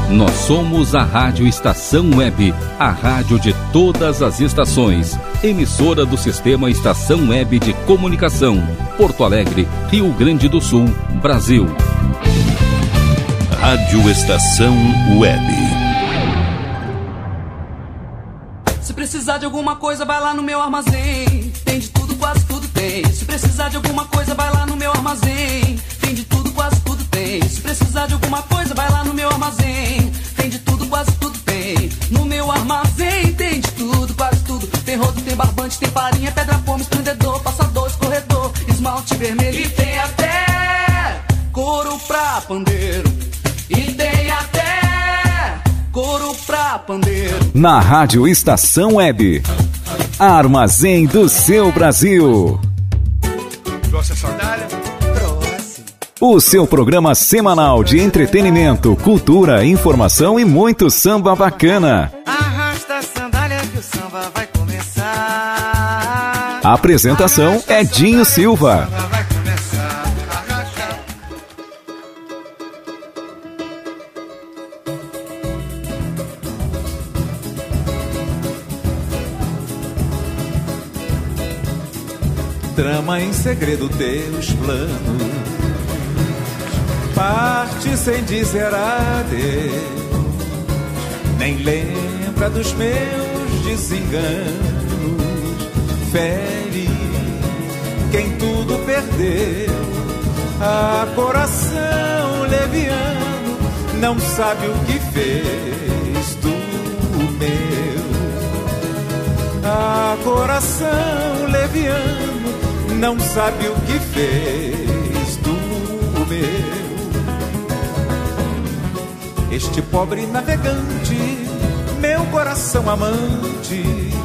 Nós somos a Rádio Estação Web, a rádio de todas as estações. Emissora do Sistema Estação Web de Comunicação. Porto Alegre, Rio Grande do Sul, Brasil. Rádio Estação Web. Se precisar de alguma coisa, vai lá no meu armazém. Tem de tudo, quase tudo tem. Se precisar de alguma coisa, vai lá no meu armazém. Tem de tudo, quase tudo tem. Se precisar de alguma coisa, vai lá no meu armazém. Tem de tudo, quase tudo tem. No meu armazém tem de tudo, quase tudo. Tem rodo, tem barbante, tem farinha, pedra, poma, esprendedor, passador, escorredor, esmalte vermelho. E tem até couro pra pandeiro. E tem até couro pra pandeiro. Na Rádio Estação Web, Armazém do seu Brasil. Trouxe a sandália? Trouxe. O seu programa semanal de entretenimento, cultura, informação e muito samba bacana. Arrasta a sandália que o samba vai começar. A apresentação é Dinho Silva. Trama em segredo teus planos, parte sem dizer adeus, nem lembra dos meus desenganos, fere quem tudo perdeu, a coração leviano, não sabe o que fez do meu, a coração leviano, não sabe o que fez do meu. Este pobre navegante, meu coração amante,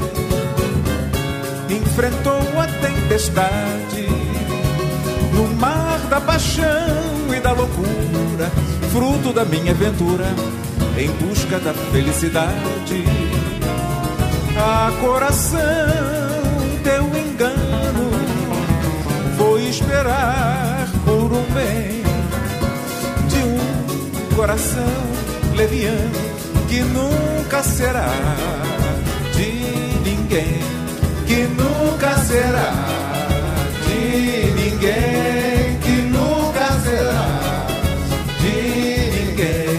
enfrentou a tempestade no mar da paixão e da loucura, fruto da minha aventura em busca da felicidade. A coração, teu engano, vou esperar por um bem de um coração leviano que nunca será de ninguém, que nunca será de ninguém, que nunca será de ninguém.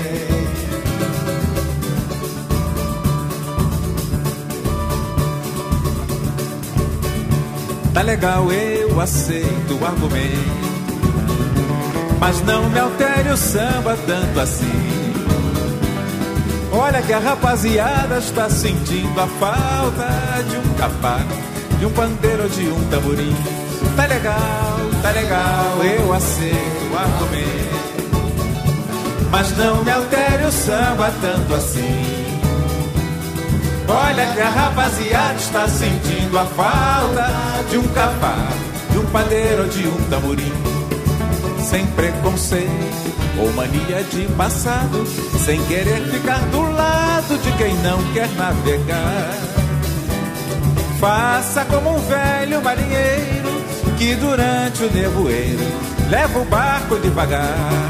Tá legal, eu aceito o argumento, mas não me altere o samba tanto assim. Olha que a rapaziada está sentindo a falta de um cavaco, de um pandeiro, de um tamborim. Tá legal, eu aceito o argumento, mas não me altere o samba tanto assim. Olha que a rapaziada está sentindo a falta de um cavaco, de um pandeiro, de um tamborim. Sem preconceito ou mania de passado, sem querer ficar do lado de quem não quer navegar. Faça como um velho marinheiro que durante o nevoeiro leva o barco devagar.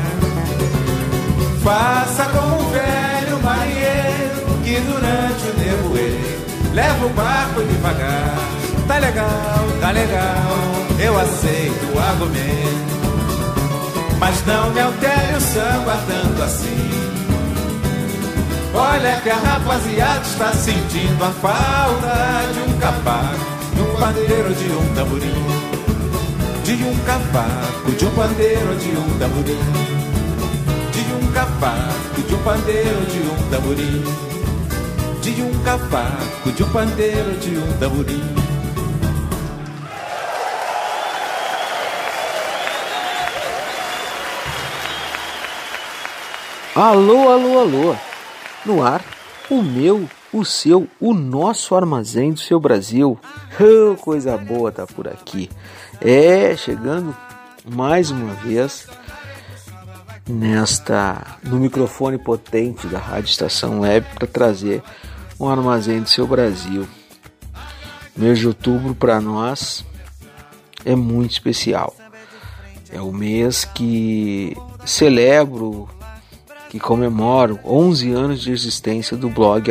Faça como um velho marinheiro que durante o nevoeiro leva o barco devagar. Tá legal, eu aceito o argumento, mas não me altere o samba tanto assim. Olha que a rapaziada está sentindo a falta de um cavaco, de um pandeiro, de um tamborim. De um cavaco, de um pandeiro, de um tamborim. De um cavaco, de um pandeiro, de um tamborim. De um cavaco, de um pandeiro, de um tamborim. Alô, alô, alô. No ar, o meu, o seu, o nosso armazém do seu Brasil. Oh, coisa boa tá por aqui. Chegando mais uma vez no microfone potente da Rádio Estação Web para trazer um armazém do seu Brasil. Mês de outubro para nós é muito especial. É o mês que celebro que comemoro 11 anos de existência do blog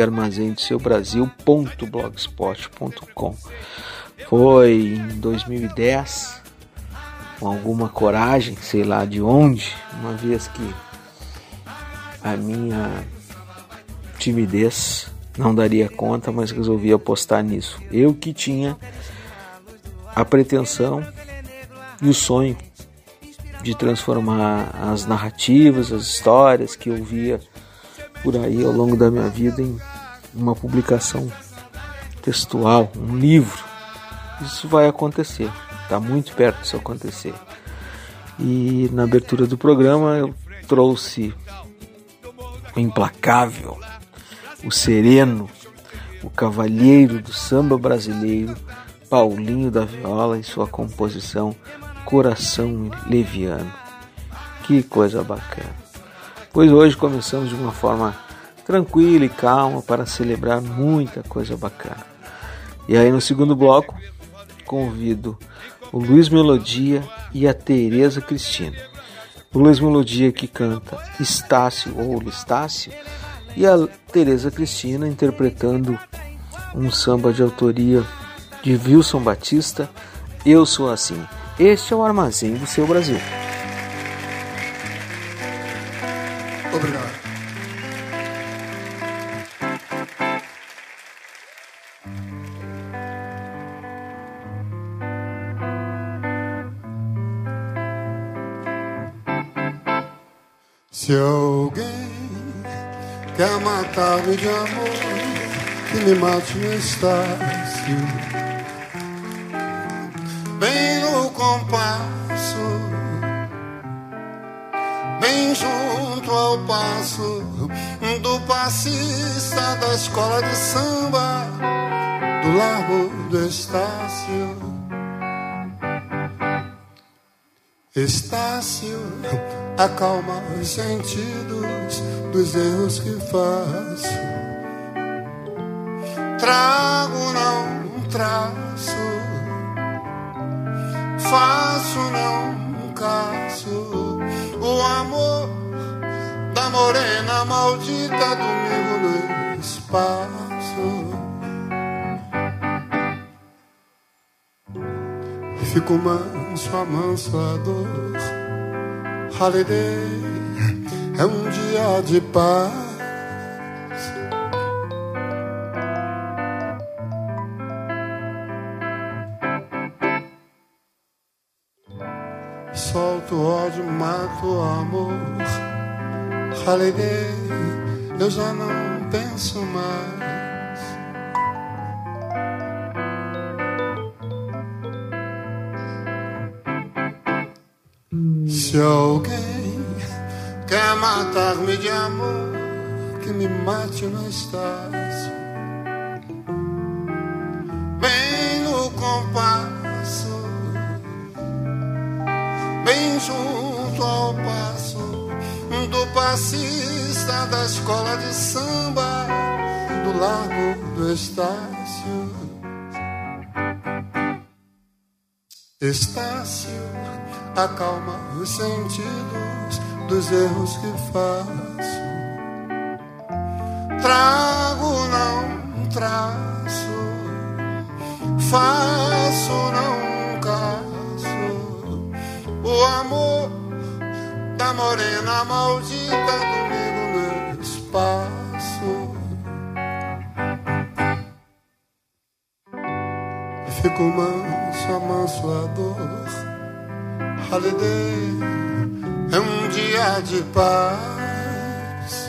armazémdoSeuBrasil.blogspot.com. Foi em 2010, com alguma coragem, sei lá de onde, uma vez que a minha timidez não daria conta, mas resolvi apostar nisso. Eu que tinha a pretensão e o sonho de transformar as narrativas, as histórias que eu via por aí ao longo da minha vida em uma publicação textual, um livro. Isso vai acontecer, está muito perto disso acontecer. E na abertura do programa eu trouxe o implacável, o sereno, o cavalheiro do samba brasileiro, Paulinho da Viola, e sua composição Coração Leviano. Que coisa bacana. Pois hoje começamos de uma forma tranquila e calma para celebrar muita coisa bacana. E aí no segundo bloco convido o Luiz Melodia e a Tereza Cristina. O Luiz Melodia que canta Estácio ou Listácio, e a Tereza Cristina interpretando um samba de autoria de Wilson Batista, Eu Sou Assim. Este é o Armazém do Seu Brasil. Obrigado. Se alguém quer matar-me de amor, que me mate no Estácio, bem no compasso, bem junto ao passo do passista da escola de samba do Largo do Estácio. Estácio, acalma os sentidos dos erros que faço. Trago, não traço, faço, não caço. O amor da morena maldita domingo no espaço. Fico manso, amansador. Holiday é um dia de paz. Solto ódio, mato o amor. Holiday, eu já não penso mais. Se alguém quer matar-me de amor, que me mate no Estácio, bem no compasso, bem junto ao passo do passista da escola de samba do Largo do Estácio. Estácio, acalma os sentidos dos erros que faço. Trago, não traço, faço, não caço. O amor da morena maldita domingo no espaço. Fico manso, amansoador. Holiday é um dia de paz.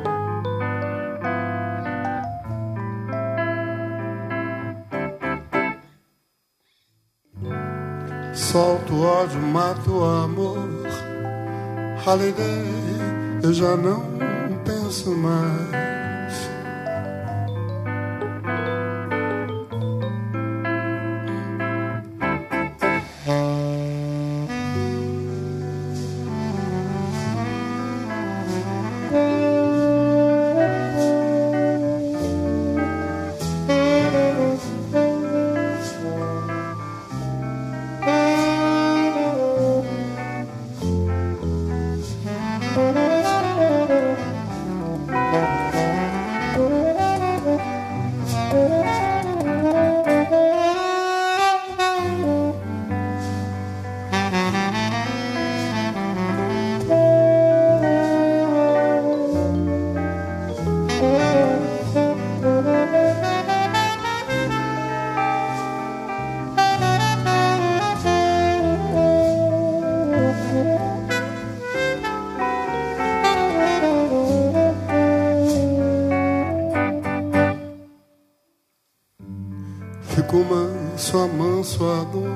Solto ódio, mato o amor. Holiday, eu já não penso mais. fico manso, amanso a dor.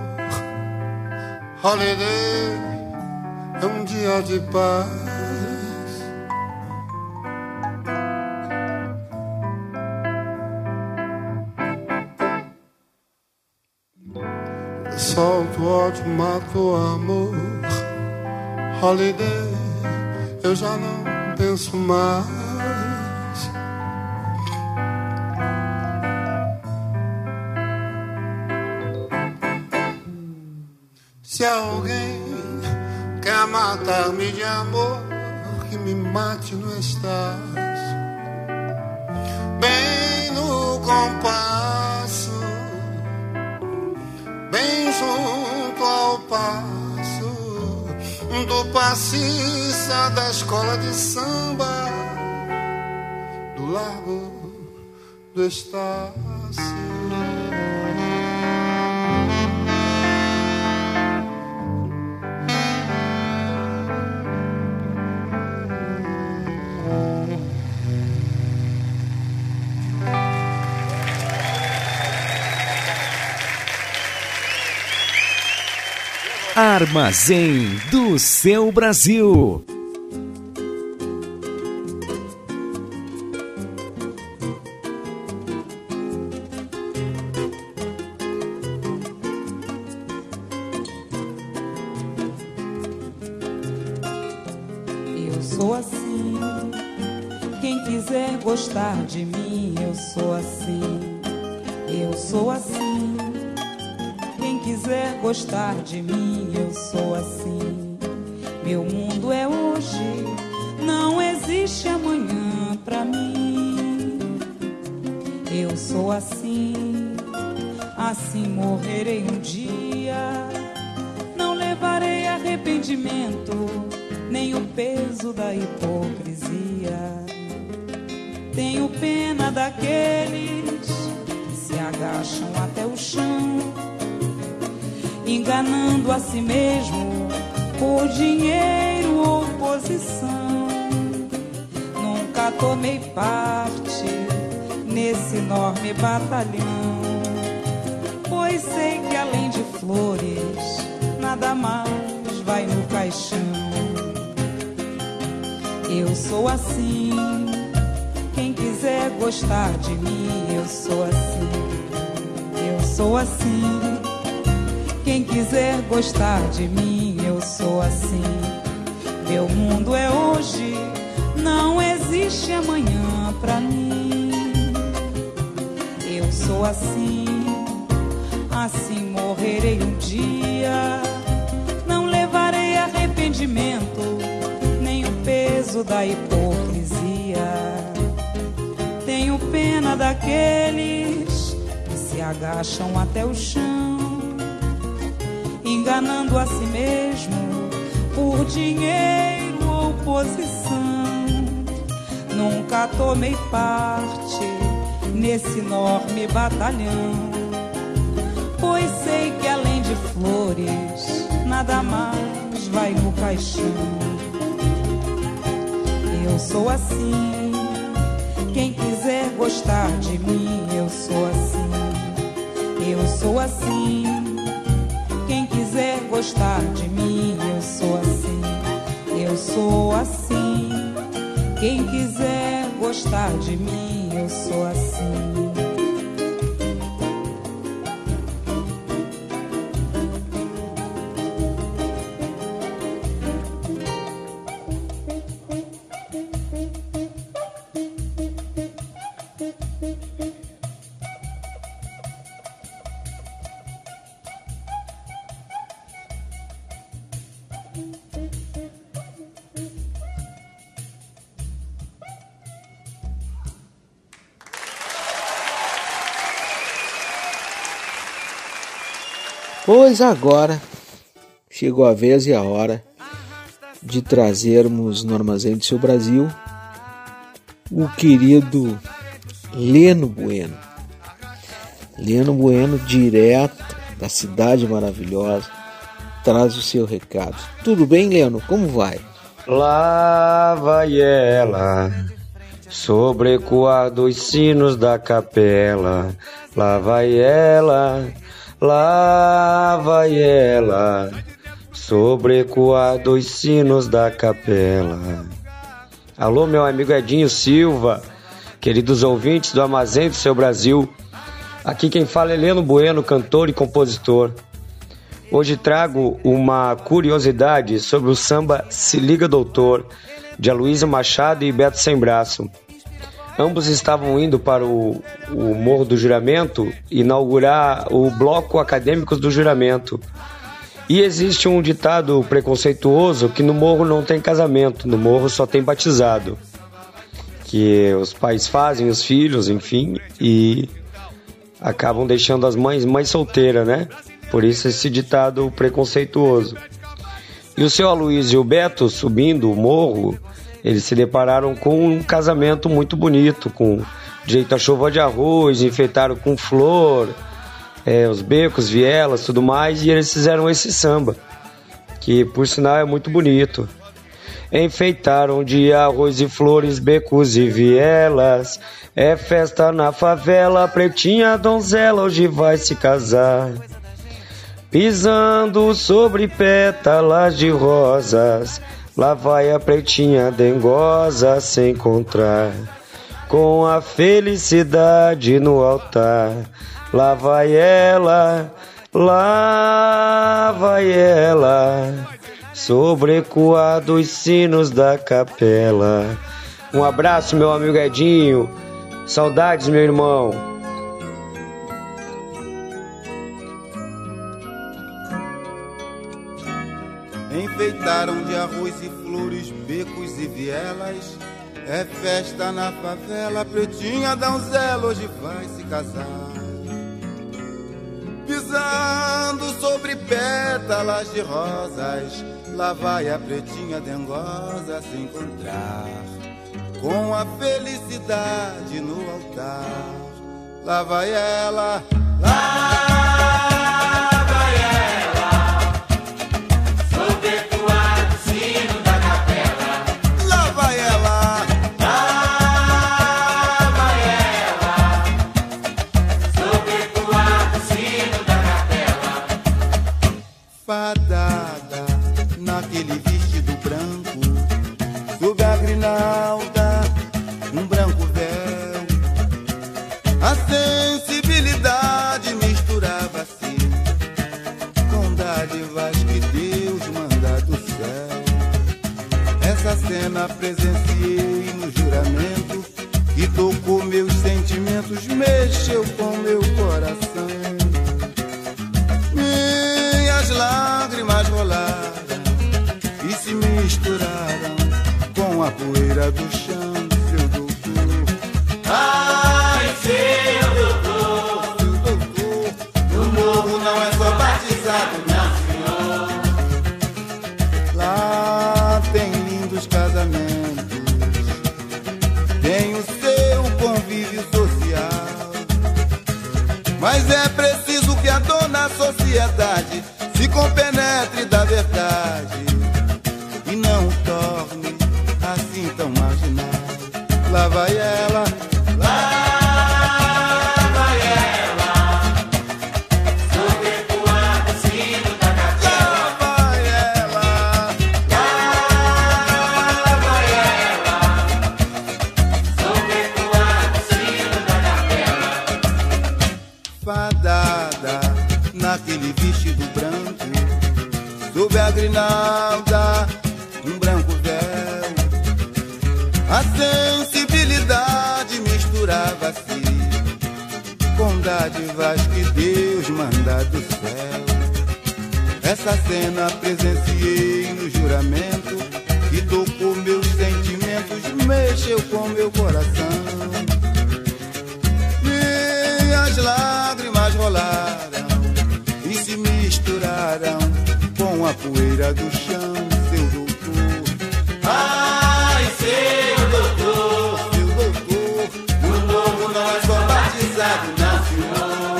Holiday é um dia de paz. Solto o ódio, mato o amor. Holiday, eu já não penso mais. Se alguém quer matar-me de amor, que me mate no estágio, bem no compasso, bem junto ao passo do passista da escola de samba, do Largo do Estácio. Armazém do Seu Brasil. Eu sou assim, quem quiser gostar de mim, eu sou assim. Eu sou assim, quem quiser gostar de mim, eu sou assim. Meu mundo é hoje, não existe amanhã pra mim. Eu sou assim, assim morrerei um dia. Não levarei arrependimento, nem o peso da hipocrisia. Tenho pena daqueles que se agacham até o chão, enganando a si mesmo por dinheiro ou posição. Nunca tomei parte nesse enorme batalhão, pois sei que além de flores nada mais vai no caixão. Eu sou assim, quem quiser gostar de mim, eu sou assim. Eu sou assim, quem quiser gostar de mim, eu sou assim. Meu mundo é hoje, não existe amanhã pra mim. Eu sou assim, assim morrerei um dia. Não levarei arrependimento, nem o peso da hipocrisia. Tenho pena daqueles que se agacham até o chão, enganando a si mesmo por dinheiro ou posição. Nunca tomei parte nesse enorme batalhão, pois sei que além de flores nada mais vai no caixão. Eu sou assim, quem quiser gostar de mim, eu sou assim. Eu sou assim, quem quiser gostar de mim, eu sou assim. Eu sou assim, quem quiser gostar de mim, eu sou assim. Pois agora chegou a vez e a hora de trazermos no Armazém do Seu Brasil o querido Leno Bueno. Leno Bueno, direto da Cidade Maravilhosa, traz o seu recado. Tudo bem, Leno? Como vai? Lá vai ela, sobre ecoar dos sinos da capela. Lá vai ela, sobre ecoar dos sinos da capela. Alô, meu amigo Edinho Silva, queridos ouvintes do Armazém do Seu Brasil. Aqui quem fala é Heleno Bueno, cantor e compositor. Hoje trago uma curiosidade sobre o samba Se Liga Doutor, de Aloysio Machado e Beto Sem Braço. Ambos estavam indo para o Morro do Juramento inaugurar o Bloco Acadêmicos do Juramento. E existe um ditado preconceituoso que no morro não tem casamento, no morro só tem batizado. Que os pais fazem, os filhos, enfim, e acabam deixando as mães solteiras, né? Por isso esse ditado preconceituoso. E o seu Aloysio e o Beto, subindo o morro, eles se depararam com um casamento muito bonito, com direito a chuva de arroz, enfeitaram com flor, os becos, vielas, tudo mais, e eles fizeram esse samba, que por sinal é muito bonito. Enfeitaram de arroz e flores, becos e vielas, é festa na favela, pretinha donzela hoje vai se casar. Pisando sobre pétalas de rosas, lá vai a pretinha dengosa se encontrar com a felicidade no altar. Lá vai ela, sobre ecoar dos sinos da capela. Um abraço, meu amigo Edinho. Saudades, meu irmão. Enfeitaram de arroz e flores, becos e vielas, é festa na favela, pretinha donzela hoje vai se casar. Pisando sobre pétalas de rosas, lá vai a pretinha dengosa se encontrar com a felicidade no altar. Lá vai ela, sobre ecoar do sino da capela. lá vai ela, sobre ecoar do sino da capela. fadada naquele vestido branco, sob a grinalda, um branco véu. A sensibilidade misturava-se com dádivas que Deus manda do céu. Essa cena presenciei no juramento, que tocou meus sentimentos, mexeu com meu coração. Minhas lágrimas rolaram e se misturaram com a poeira do chão, seu doutor. Ai, seu doutor, no morro não é só batizado, não, senhor. Lá tem lindos casamentos, tem o seu convívio social, mas é preciso que a dona sociedade se compenetre da verdade e não o torne assim tão marginal. Lá vai ela, sobre ecoar do sino da capela. lá vai ela, sobre ecoar do sino da capela. fadada naquele vestido branco, sob a grinalda, um branco véu. A sensibilidade misturava-se com dádivas que Deus manda do céu. Essa cena presenciei no juramento, que tocou meus sentimentos, mexeu com meu coração. Minhas lágrimas rolaram e se misturaram com a poeira do chão, seu doutor. Ai, seu doutor, no morro não é só batizado, não, senhor.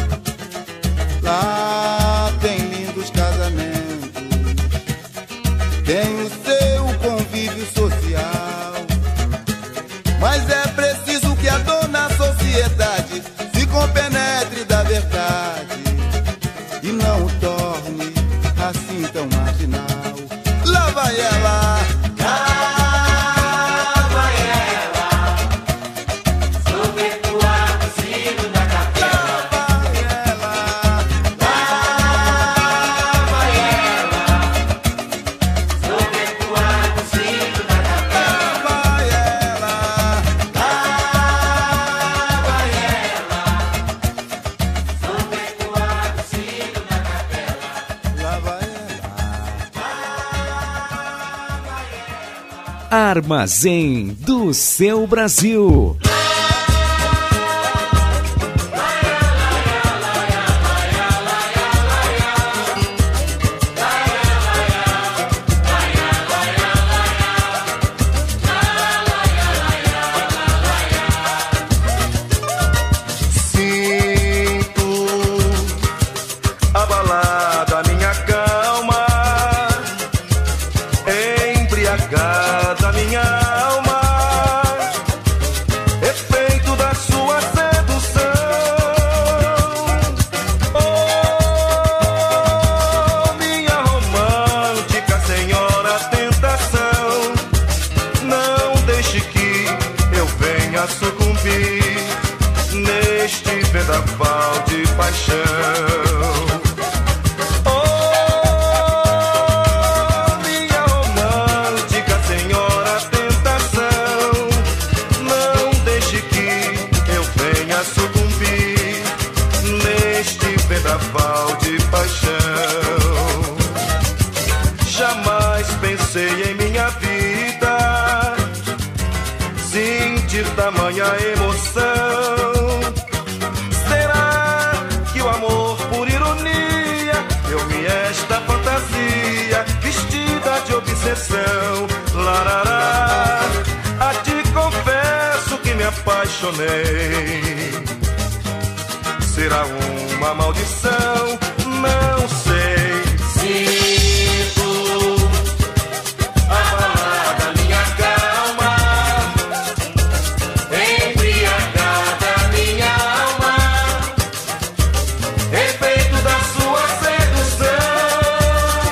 Lá tem lindos casamentos, tem o seu convívio social, mas Armazém do Seu Brasil. Tamanha emoção. Será que o amor, por ironia, deu-me esta fantasia vestida de obsessão? Larará, a ti confesso que me apaixonei. Será uma maldição? Não sei. Sinto abalar da minha calma, embriagada minha alma, efeito da sua sedução.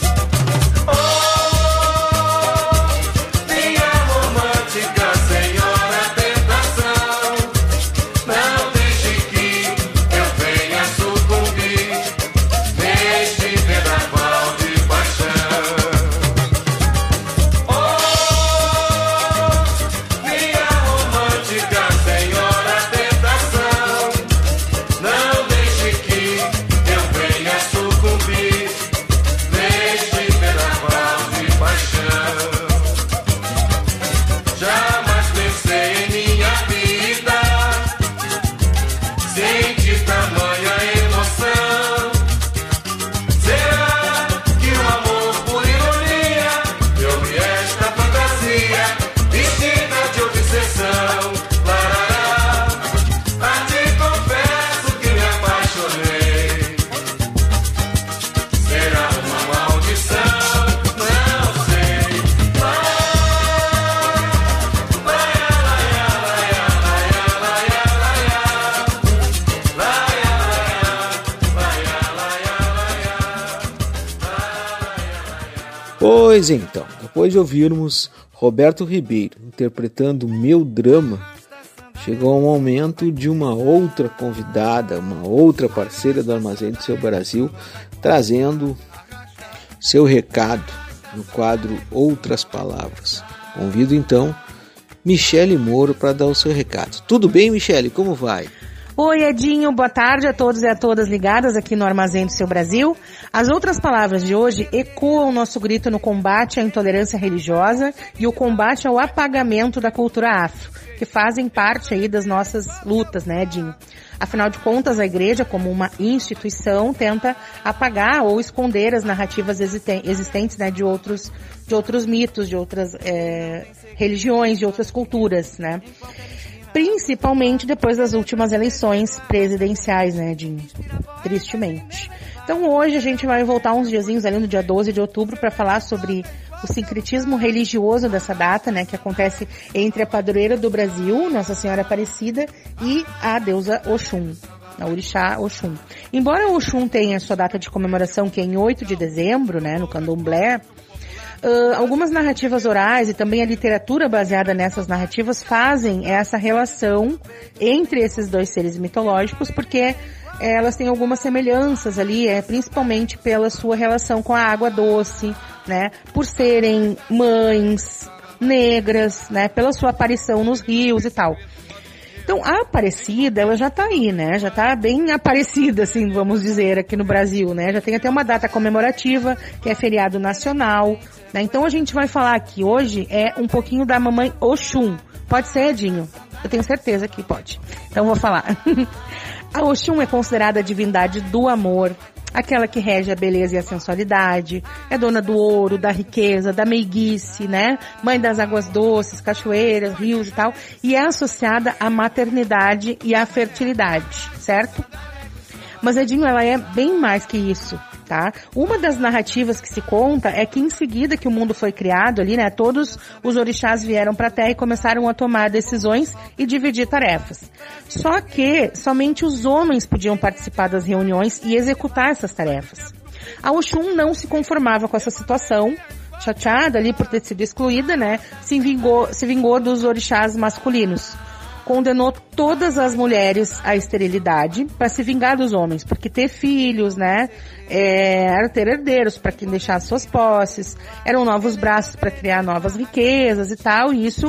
Oh, minha romântica senhora tentação, não deixe que eu venha sucumbir neste vendaval de paixão. Oh, minha romântica senhora tentação, não deixe que eu venha sucumbir neste vendaval de paixão. Jamais pensei em minha vida sentir tamanha emoção. Será que o amor, por ironia, deu-me esta fantasia vestida de obsessão? Larará, a ti confesso que me apaixonei. Será uma maldição? Não sei. Pois então, depois de ouvirmos Roberto Ribeiro interpretando Meu Drama, chegou o momento de uma outra convidada, uma outra parceira do Armazém do Seu Brasil, trazendo seu recado no quadro Outras Palavras. Convido então Michele Moro para dar o seu recado. Tudo bem, Michele? Como vai? Oi, Edinho, boa tarde a todos e a todas ligadas aqui no Armazém do Seu Brasil. As outras palavras de hoje ecoam o nosso grito no combate à intolerância religiosa e o combate ao apagamento da cultura afro, que fazem parte aí das nossas lutas, né, Edinho? Afinal de contas, a igreja, como uma instituição, tenta apagar ou esconder as narrativas existentes, né, de outros mitos, de outras religiões, de outras culturas, né? Principalmente depois das últimas eleições presidenciais, né, Edinho? Tristemente. Então hoje a gente vai voltar uns diazinhos ali no dia 12 de outubro para falar sobre o sincretismo religioso dessa data, né, que acontece entre a padroeira do Brasil, Nossa Senhora Aparecida, e a deusa Oxum, a orixá Oxum. Embora o Oxum tenha sua data de comemoração, que é em 8 de dezembro, né, no candomblé, algumas narrativas orais e também a literatura baseada nessas narrativas fazem essa relação entre esses dois seres mitológicos, porque elas têm algumas semelhanças ali, principalmente pela sua relação com a água doce, né, por serem mães negras, né, pela sua aparição nos rios e tal. Então, a Aparecida, ela já tá aí, né? Já tá bem aparecida, assim, vamos dizer, aqui no Brasil, né? Já tem até uma data comemorativa, que é feriado nacional, né? Então, a gente vai falar aqui hoje um pouquinho da mamãe Oxum. Pode ser, Edinho? Eu tenho certeza que pode. Então, vou falar. A Oxum é considerada a divindade do amor, aquela que rege a beleza e a sensualidade, é dona do ouro, da riqueza, da meiguice, né? Mãe das águas doces, cachoeiras, rios e tal, e é associada à maternidade e à fertilidade, certo? Mas, Edinho, ela é bem mais que isso, tá? Uma das narrativas que se conta é que em seguida que o mundo foi criado ali, né, todos os orixás vieram para a Terra e começaram a tomar decisões e dividir tarefas. Só que somente os homens podiam participar das reuniões e executar essas tarefas. A Oxum não se conformava com essa situação, chateada ali por ter sido excluída, né, se vingou dos orixás masculinos. Condenou todas as mulheres à esterilidade para se vingar dos homens, porque ter filhos, né, era ter herdeiros para quem deixasse suas posses, eram novos braços para criar novas riquezas e tal, e isso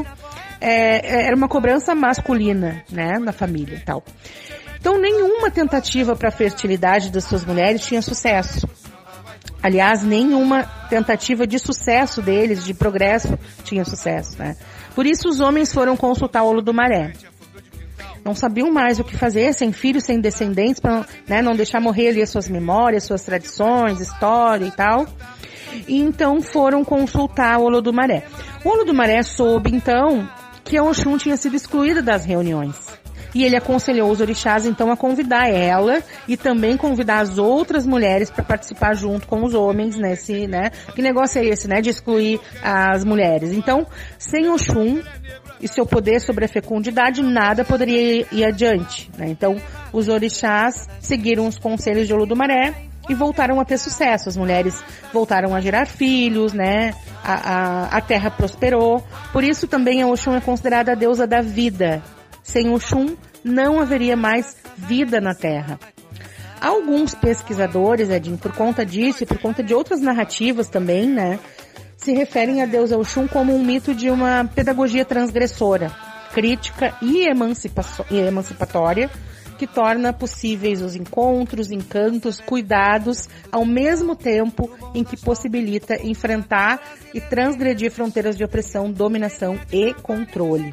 era uma cobrança masculina, né, na família e tal. Então, nenhuma tentativa para a fertilidade das suas mulheres tinha sucesso. Aliás, nenhuma tentativa de sucesso deles, de progresso, tinha sucesso, né? Por isso, os homens foram consultar o Olodumaré. Não sabiam mais o que fazer, sem filhos, sem descendentes, para, né, não deixar morrer ali as suas memórias, suas tradições, história e tal. E então foram consultar o Olodumaré. O Olodumaré soube, então, que a Oxum tinha sido excluída das reuniões. E ele aconselhou os orixás, então, a convidar ela e também convidar as outras mulheres para participar junto com os homens nesse, né? Que negócio é esse, né? De excluir as mulheres. Então, sem Oxum e seu poder sobre a fecundidade, nada poderia ir adiante, né? Então, os orixás seguiram os conselhos de Olodumaré e voltaram a ter sucesso. As mulheres voltaram a gerar filhos, né? A terra prosperou. Por isso, também a Oxum é considerada a deusa da vida. Sem Oxum, não haveria mais vida na Terra. Alguns pesquisadores, Edinho, por conta disso e por conta de outras narrativas também, né, se referem a deusa Oxum como um mito de uma pedagogia transgressora, crítica e emancipatória, que torna possíveis os encontros, encantos, cuidados, ao mesmo tempo em que possibilita enfrentar e transgredir fronteiras de opressão, dominação e controle.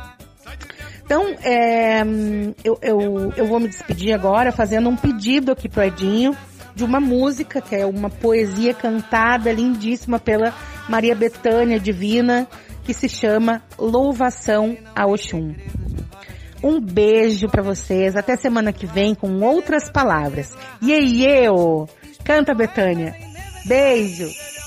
Então, eu vou me despedir agora fazendo um pedido aqui pro Edinho de uma música, que é uma poesia cantada lindíssima pela Maria Bethânia Divina, que se chama Louvação a Oxum. Um beijo pra vocês, até semana que vem com outras palavras. Iê! Canta, Bethânia. Beijo!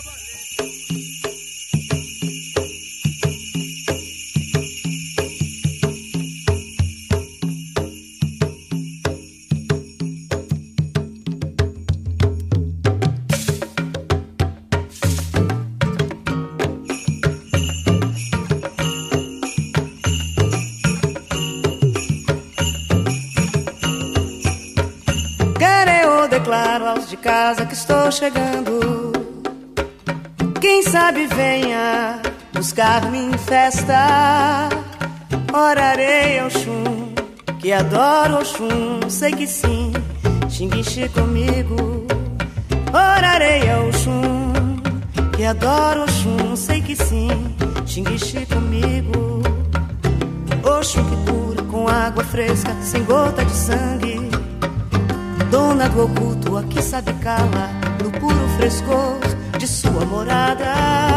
Declaro aos de casa que estou chegando. Quem sabe venha buscar-me em festa. Orarei ao Oxum, que adoro Oxum, sei que sim, xinguixe comigo. Orarei ao Oxum, que adoro Oxum, sei que sim, xinguixe comigo. Oxum que cura com água fresca, sem gota de sangue. Dona do oculto, a que sabe cala no puro frescor de sua morada.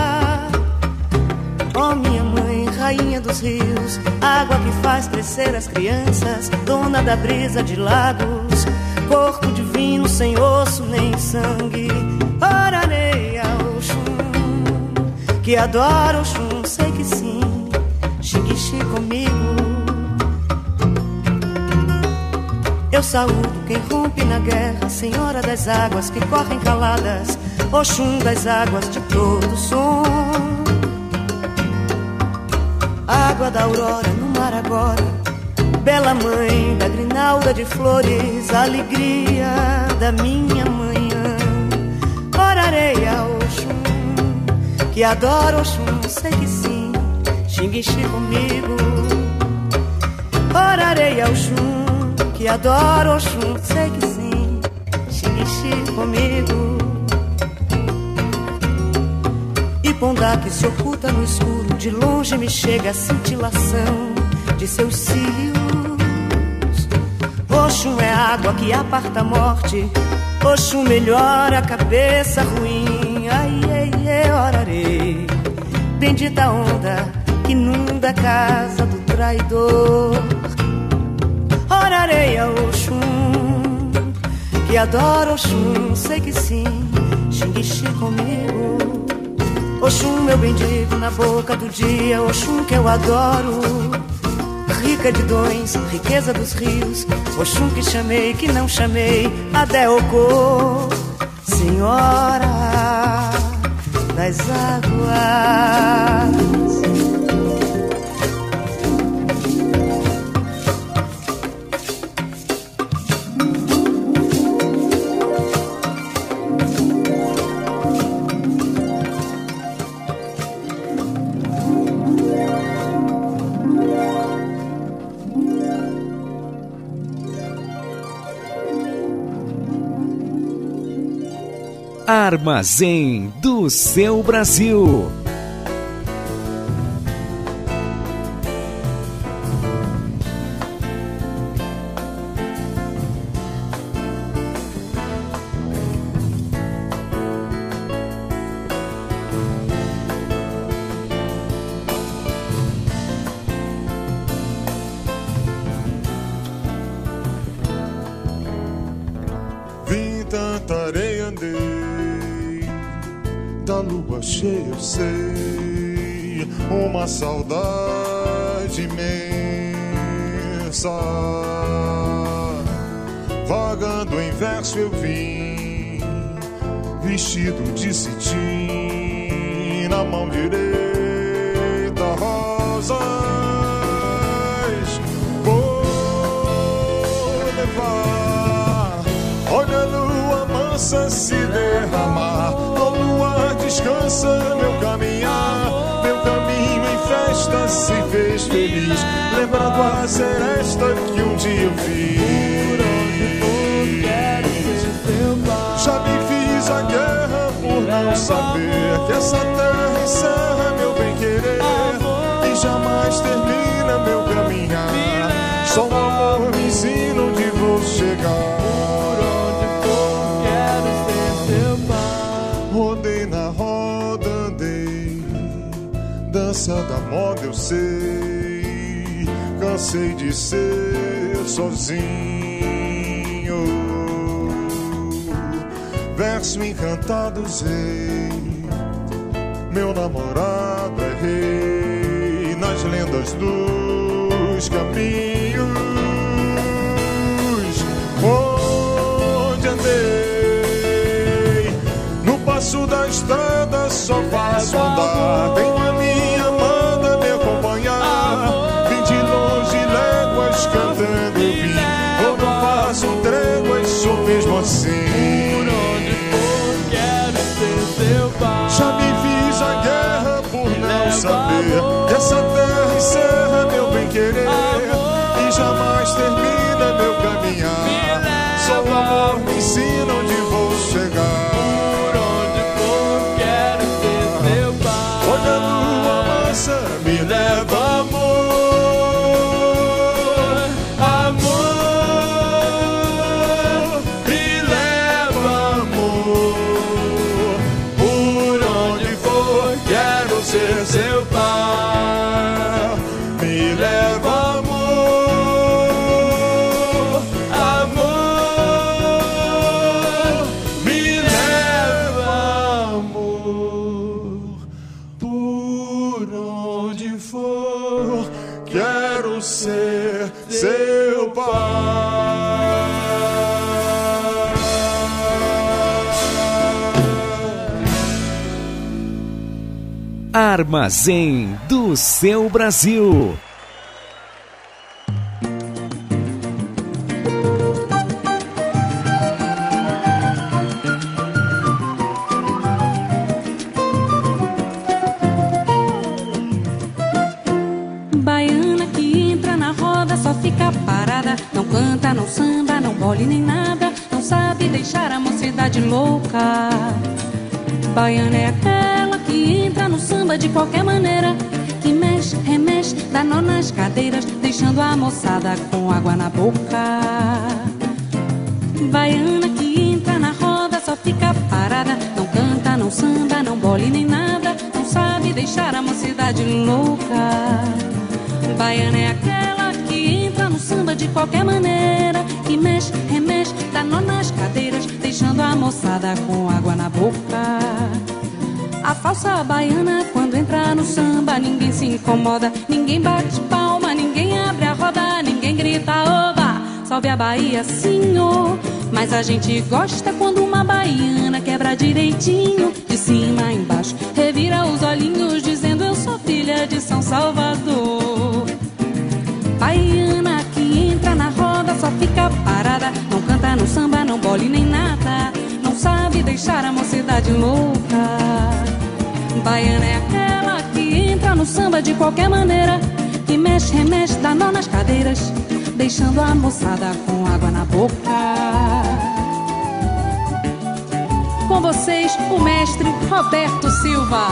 Ó minha mãe, rainha dos rios, água que faz crescer as crianças, dona da brisa de lagos, corpo divino sem osso nem sangue. Orarei ao Oxum, que adoro Oxum, sei que sim, xinguixe comigo. Eu saúdo quem rompe na guerra, Senhora das águas que correm caladas, Oxum das águas de todo som. Água da aurora no mar agora, bela mãe da grinalda de flores, alegria da minha manhã. Orarei a Oxum, que adoro Oxum, sei que sim, xinguixe comigo. Orarei ao Oxum, que adoro Oxum, sei que sim, xinguixi comigo. E Pondá que se oculta no escuro, de longe me chega a cintilação de seus cílios. Oxum é água que aparta a morte, Oxum melhora a cabeça ruim. Ai, ai, ai, orarei, bendita onda que inunda a casa do traidor. Orarei ao Oxum, que adoro Oxum, sei que sim, xinguixi comigo. Oxum, meu bendito na boca do dia, Oxum que eu adoro, rica de dons, riqueza dos rios, Oxum que chamei, que não chamei, Adeocô, Senhora das águas. Armazém do Seu Brasil. Vi tanta areia, andei da lua cheia, eu sei, uma saudade imensa. Vagando em verso eu vim, vestido de cetim, na mão direita rosas. Vou levar, olha a lua mansa se derramar, o luar descansa meu caminhar, meu caminho em festa se fez feliz, lembrando a seresta que um dia eu fiz. Já me fiz a guerra por não saber que essa terra encerra meu bem-querer e jamais termina meu caminhar. Só o amor me ensina onde vou chegar. Rodei na roda, andei, dança da moda eu sei, cansei de ser sozinho. Verso encantado usei, meu namorado é rei, nas lendas dos caminhos. Onde andei, no passo da estrada só faço andar, tenho a minha Amanda me acompanhar. Vim de longe léguas cantando eu vim, eu não faço tréguas, sou mesmo assim. Já me fiz a guerra por não saber que essa terra encerra meu bem-querer e jamais termina meu caminhar. Só o amor me ensina onde vou chegar. Por onde for quero ser seu pai. Olha a lua mansa me leva, amor, amor, me leva, amor. Ser seu pai, me leva, amor, amor, me leva, amor, por onde for, quero ser seu pai. Armazém do Seu Brasil. Baiana que entra na roda, só fica parada. Não canta, não samba, não bole nem nada. Não sabe deixar a mocidade louca. Baiana é aquela que entra no samba de qualquer maneira, que mexe, remexe, dá nó nas cadeiras, deixando a moçada com água na boca. Baiana que entra na roda só fica parada. Não canta, não samba, não bole nem nada. Não sabe deixar a mocidade louca. Baiana é aquela que entra no samba de qualquer maneira, que mexe, remexe, dá nó nas cadeiras, deixando a moçada com água na boca. A falsa baiana quando entra no samba, ninguém se incomoda, ninguém bate palma, ninguém abre a roda, ninguém grita oba, salve a Bahia, senhor. Mas a gente gosta quando uma baiana quebra direitinho, de cima a embaixo, revira os olhinhos dizendo eu sou filha de São Salvador. Baiana que entra na roda só fica parada. Não canta, não samba, não bole nem nada. Não sabe deixar a mocidade louca. Baiana é aquela que entra no samba de qualquer maneira, que mexe, remexe, dá nó nas cadeiras, deixando a moçada com água na boca. Com vocês, o mestre Roberto Silva.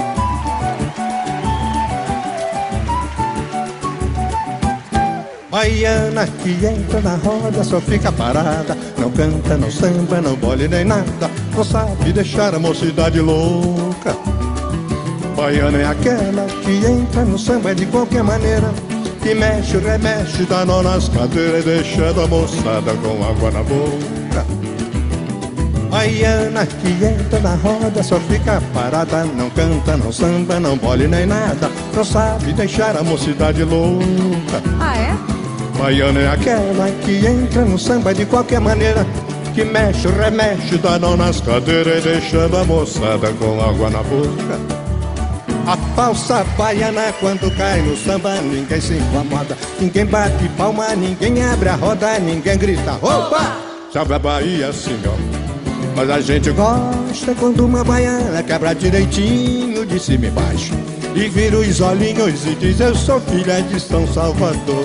Baiana que entra na roda só fica parada. Não canta, não samba, não bole nem nada. Não sabe deixar a mocidade louca. Baiana é aquela que entra no samba de qualquer maneira, que mexe, remexe, dá nó nas cadeiras, deixando a moçada com água na boca. Baiana que entra na roda só fica parada. Não canta, não samba, não bole nem nada. Não sabe deixar a mocidade louca. Ah, é? Baiana é aquela que entra no samba de qualquer maneira, que mexe, remexe, dá nó nas cadeiras, deixando a moçada com água na boca. A falsa baiana quando cai no samba, ninguém se incomoda, ninguém bate palma, ninguém abre a roda, ninguém grita opa, salve a Bahia, senhor. Mas a gente gosta quando uma baiana quebra direitinho de cima e baixo, e vira os olhinhos e diz eu sou filha de São Salvador.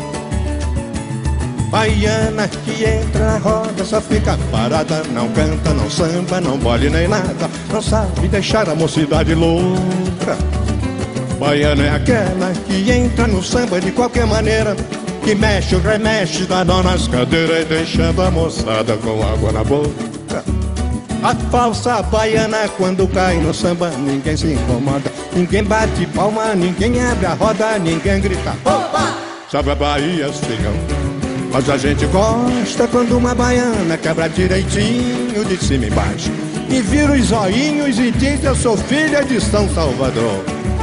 Baiana que entra na roda só fica parada. Não canta, não samba, não bole nem nada. Não sabe deixar a mocidade louca. Baiana é aquela que entra no samba de qualquer maneira, que mexe, remexe, dá nó nas cadeiras, deixando a moçada com água na boca. A falsa baiana quando cai no samba, ninguém se incomoda, ninguém bate palma, ninguém abre a roda, ninguém grita opa, salve a Bahia, senhor. Mas a gente gosta quando uma baiana quebra direitinho de cima e baixo, e vira os olhinhos e diz eu sou filha de São Salvador.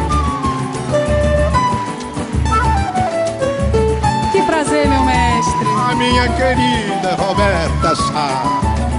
Que prazer, meu mestre. A minha querida Roberta Sá.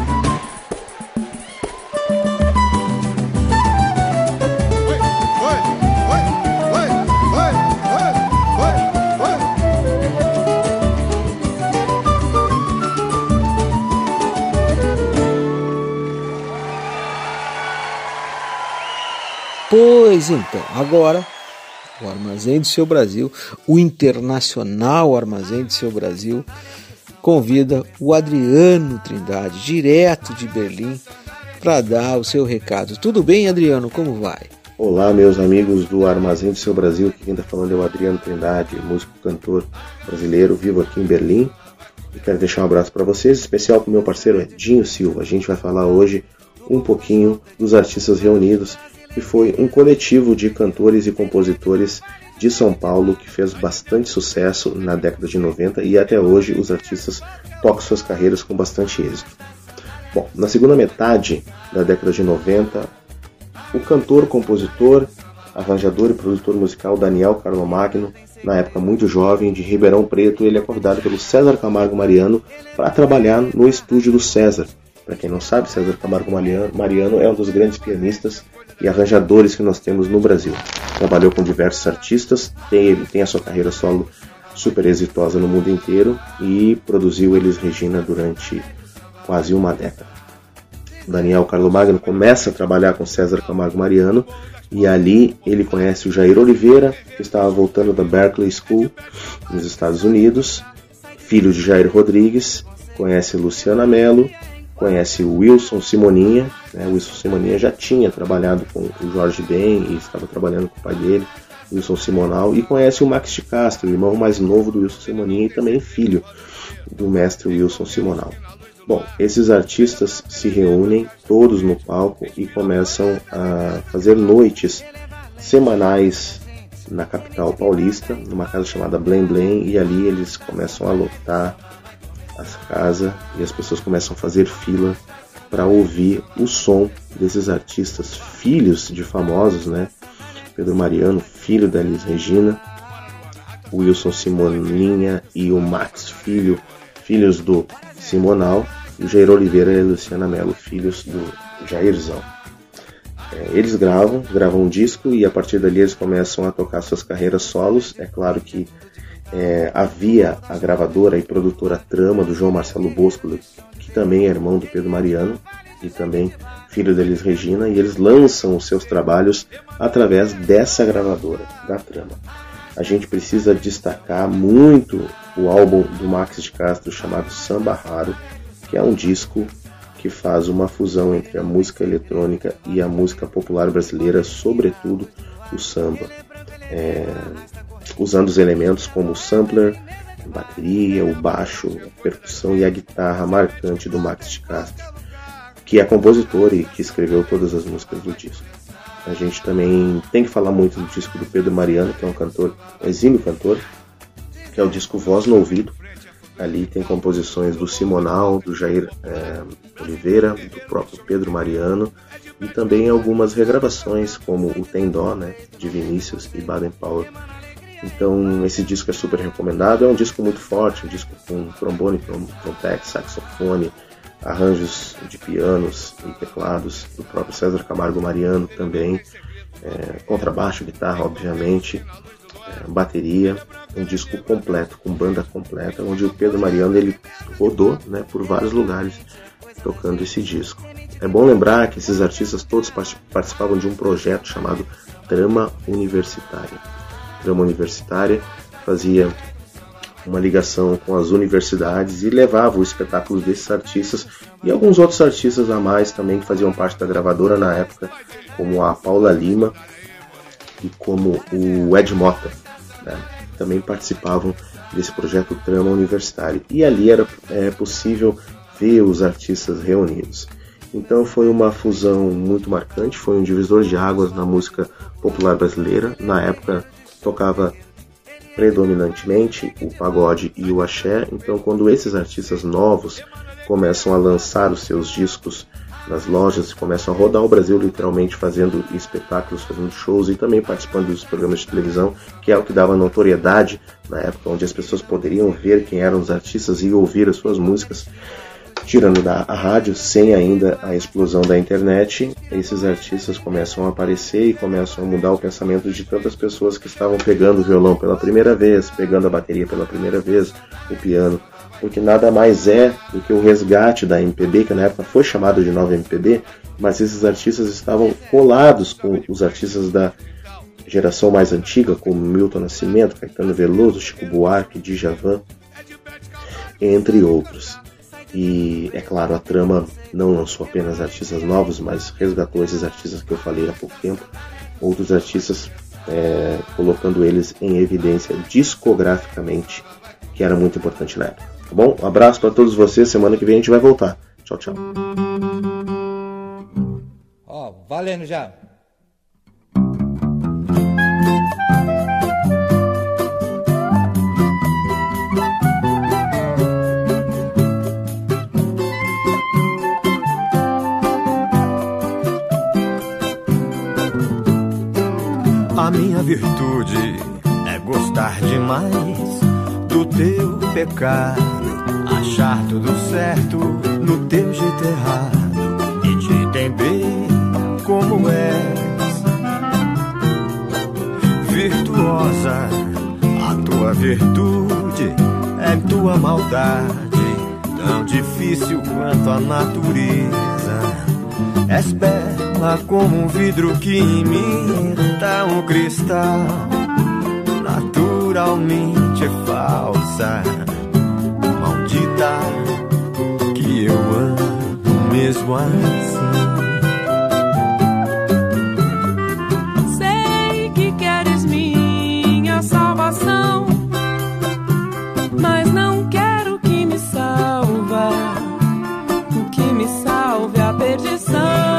Pois então, agora o Armazém do Seu Brasil, o Internacional Armazém do Seu Brasil, convida o Adriano Trindade, direto de Berlim, para dar o seu recado. Tudo bem, Adriano? Como vai? Olá, meus amigos do Armazém do Seu Brasil, quem está falando é o Adriano Trindade, músico, cantor brasileiro, vivo aqui em Berlim. E quero deixar um abraço para vocês, especial para o meu parceiro Edinho Silva. A gente vai falar hoje um pouquinho dos artistas reunidos, que foi um coletivo de cantores e compositores de São Paulo que fez bastante sucesso na década de 90 e até hoje os artistas tocam suas carreiras com bastante êxito. Bom, na segunda metade da década de 90, o cantor, compositor, arranjador e produtor musical Daniel Carlomagno, na época muito jovem, de Ribeirão Preto, ele é convidado pelo César Camargo Mariano para trabalhar no estúdio do César. Para quem não sabe, César Camargo Mariano é um dos grandes pianistas e arranjadores que nós temos no Brasil. Trabalhou com diversos artistas, tem a sua carreira solo super exitosa no mundo inteiro e produziu Elis Regina durante quase uma década. Daniel Carlomagno começa a trabalhar com César Camargo Mariano e ali ele conhece o Jair Oliveira, que estava voltando da Berklee School nos Estados Unidos, filho de Jair Rodrigues, conhece Luciana Mello, conhece o Wilson Simoninha, né? O Wilson Simoninha já tinha trabalhado com o Jorge Ben e estava trabalhando com o pai dele, Wilson Simonal, e conhece o Max de Castro, o irmão mais novo do Wilson Simoninha e também filho do mestre Wilson Simonal. Bom, esses artistas se reúnem todos no palco e começam a fazer noites semanais na capital paulista, numa casa chamada Blém Blém, e ali eles começam a lotar as casas e as pessoas começam a fazer fila para ouvir o som desses artistas, filhos de famosos, né? Pedro Mariano, filho da Elis Regina, o Wilson Simoninha e o Max, filhos do Simonal, e o Jair Oliveira e a Luciana Mello, filhos do Jairzão. Eles gravam um disco e a partir dali eles começam a tocar suas carreiras solos. É claro que havia a gravadora e produtora Trama do João Marcelo Bosco, que também é irmão do Pedro Mariano e também filho da Elis Regina, e eles lançam os seus trabalhos através dessa gravadora, da Trama. A gente precisa destacar muito o álbum do Max de Castro chamado Samba Raro, que é um disco que faz uma fusão entre a música eletrônica e a música popular brasileira, sobretudo o samba, usando os elementos como o sampler, a bateria, o baixo, a percussão e a guitarra marcante do Max de Castro, que é compositor e que escreveu todas as músicas do disco. A gente também tem que falar muito do disco do Pedro Mariano, que é um exímio cantor, que é o disco Voz no Ouvido. Ali tem composições do Simonal, do Jair Oliveira, do próprio Pedro Mariano, e também algumas regravações, como o Tem Dó, né, de Vinícius e Baden Powell. Então esse disco é super recomendado, é um disco muito forte, um disco com trombone, trompete, saxofone, arranjos de pianos e teclados do próprio César Camargo Mariano também, contrabaixo, guitarra, obviamente, bateria, um disco completo, com banda completa, onde o Pedro Mariano ele rodou, né, por vários lugares tocando esse disco. É bom lembrar que esses artistas todos participavam de um projeto chamado Trama Universitária. Trama Universitária fazia uma ligação com as universidades e levava os espetáculos desses artistas e alguns outros artistas a mais também que faziam parte da gravadora na época, como a Paula Lima e como o Ed Mota, né? Também participavam desse projeto Trama Universitária. E ali era possível ver os artistas reunidos. Então foi uma fusão muito marcante, foi um divisor de águas na música popular brasileira. Na época tocava predominantemente o pagode e o axé, então quando esses artistas novos começam a lançar os seus discos nas lojas, começam a rodar o Brasil literalmente fazendo espetáculos, fazendo shows e também participando dos programas de televisão, que é o que dava notoriedade na época, onde as pessoas poderiam ver quem eram os artistas e ouvir as suas músicas, tirando da rádio, sem ainda a explosão da internet. Esses artistas começam a aparecer e começam a mudar o pensamento de tantas pessoas que estavam pegando o violão pela primeira vez, pegando a bateria pela primeira vez, o piano, porque nada mais é do que o resgate da MPB, que na época foi chamado de Nova MPB, mas esses artistas estavam colados com os artistas da geração mais antiga, como Milton Nascimento, Caetano Veloso, Chico Buarque, Djavan, entre outros. E, é claro, a Trama não lançou apenas artistas novos, mas resgatou esses artistas que eu falei há pouco tempo, outros artistas, colocando eles em evidência discograficamente, que era muito importante na época. Tá bom? Um abraço para todos vocês, semana que vem a gente vai voltar. Tchau, tchau. Valendo já. A minha virtude é gostar demais do teu pecado, achar tudo certo no teu jeito errado e te entender como és. Virtuosa, a tua virtude é tua maldade, tão difícil quanto a natureza. És bela como um vidro que imita um cristal, naturalmente falsa. mesmo assim. Sei que queres minha salvação, mas não quero que me salva. O que me salve é a perdição.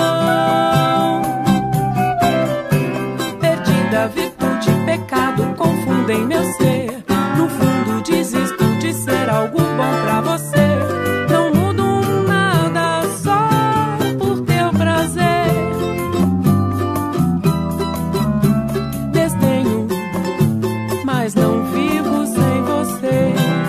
Perdida, virtude e pecado confundem meu ser. No fundo desisto de ser algo bom pra você. Não mudo nada só por teu prazer. Desdenho, mas não vivo sem você.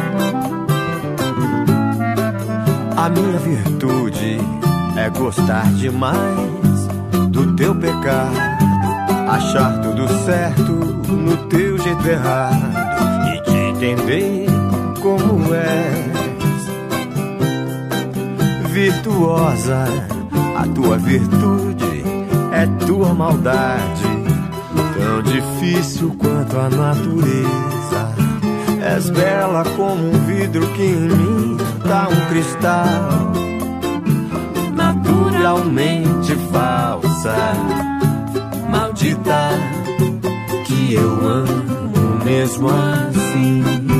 A minha virtude é gostar demais do teu pecado, achar tudo certo no teu jeito errado e te entender como és. Virtuosa, a tua virtude é tua maldade, tão difícil quanto a natureza. És bela como um vidro que em mim dá um cristal, naturalmente falsa, maldita, que eu amo mesmo assim.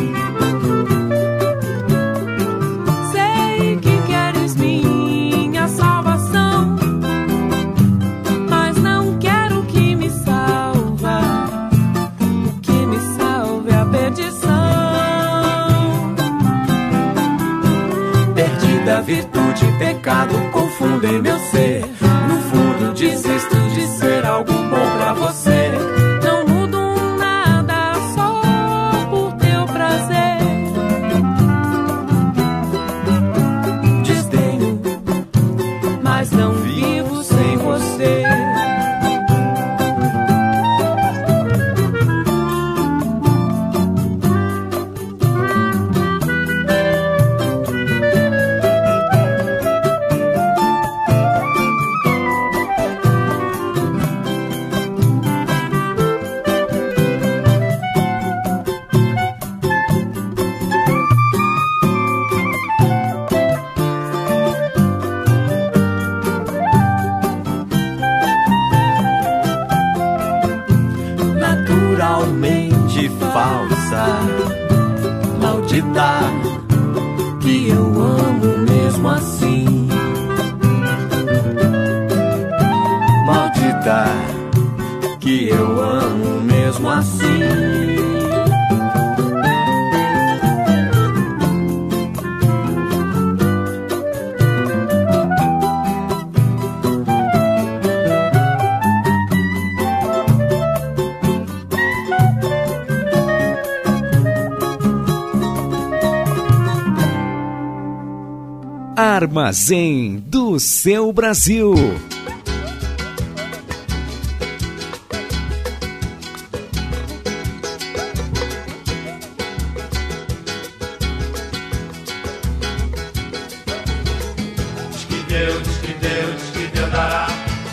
Sei que queres minha salvação, mas não quero que me salva. O que me salve é a perdição. Perdida, virtude e pecado confundem meu ser. No fundo desisto de ser algo bom pra você. Não mudo nada só por teu prazer. Desdenho, mas não vivo sem você. Naturalmente falsa, maldita, que eu amo mesmo assim. Maldita, que eu amo mesmo assim. Armazém do Seu Brasil. Diz que Deus dará.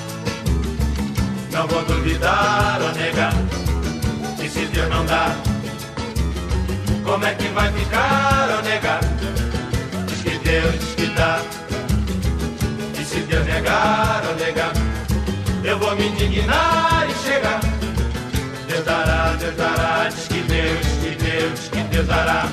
Não vou duvidar ou negar. E se Deus não dá, como é que vai ficar ou negar? Diz que dá. E se Deus negar ou negar, eu vou me indignar e chegar. Deus dará, diz que Deus dará.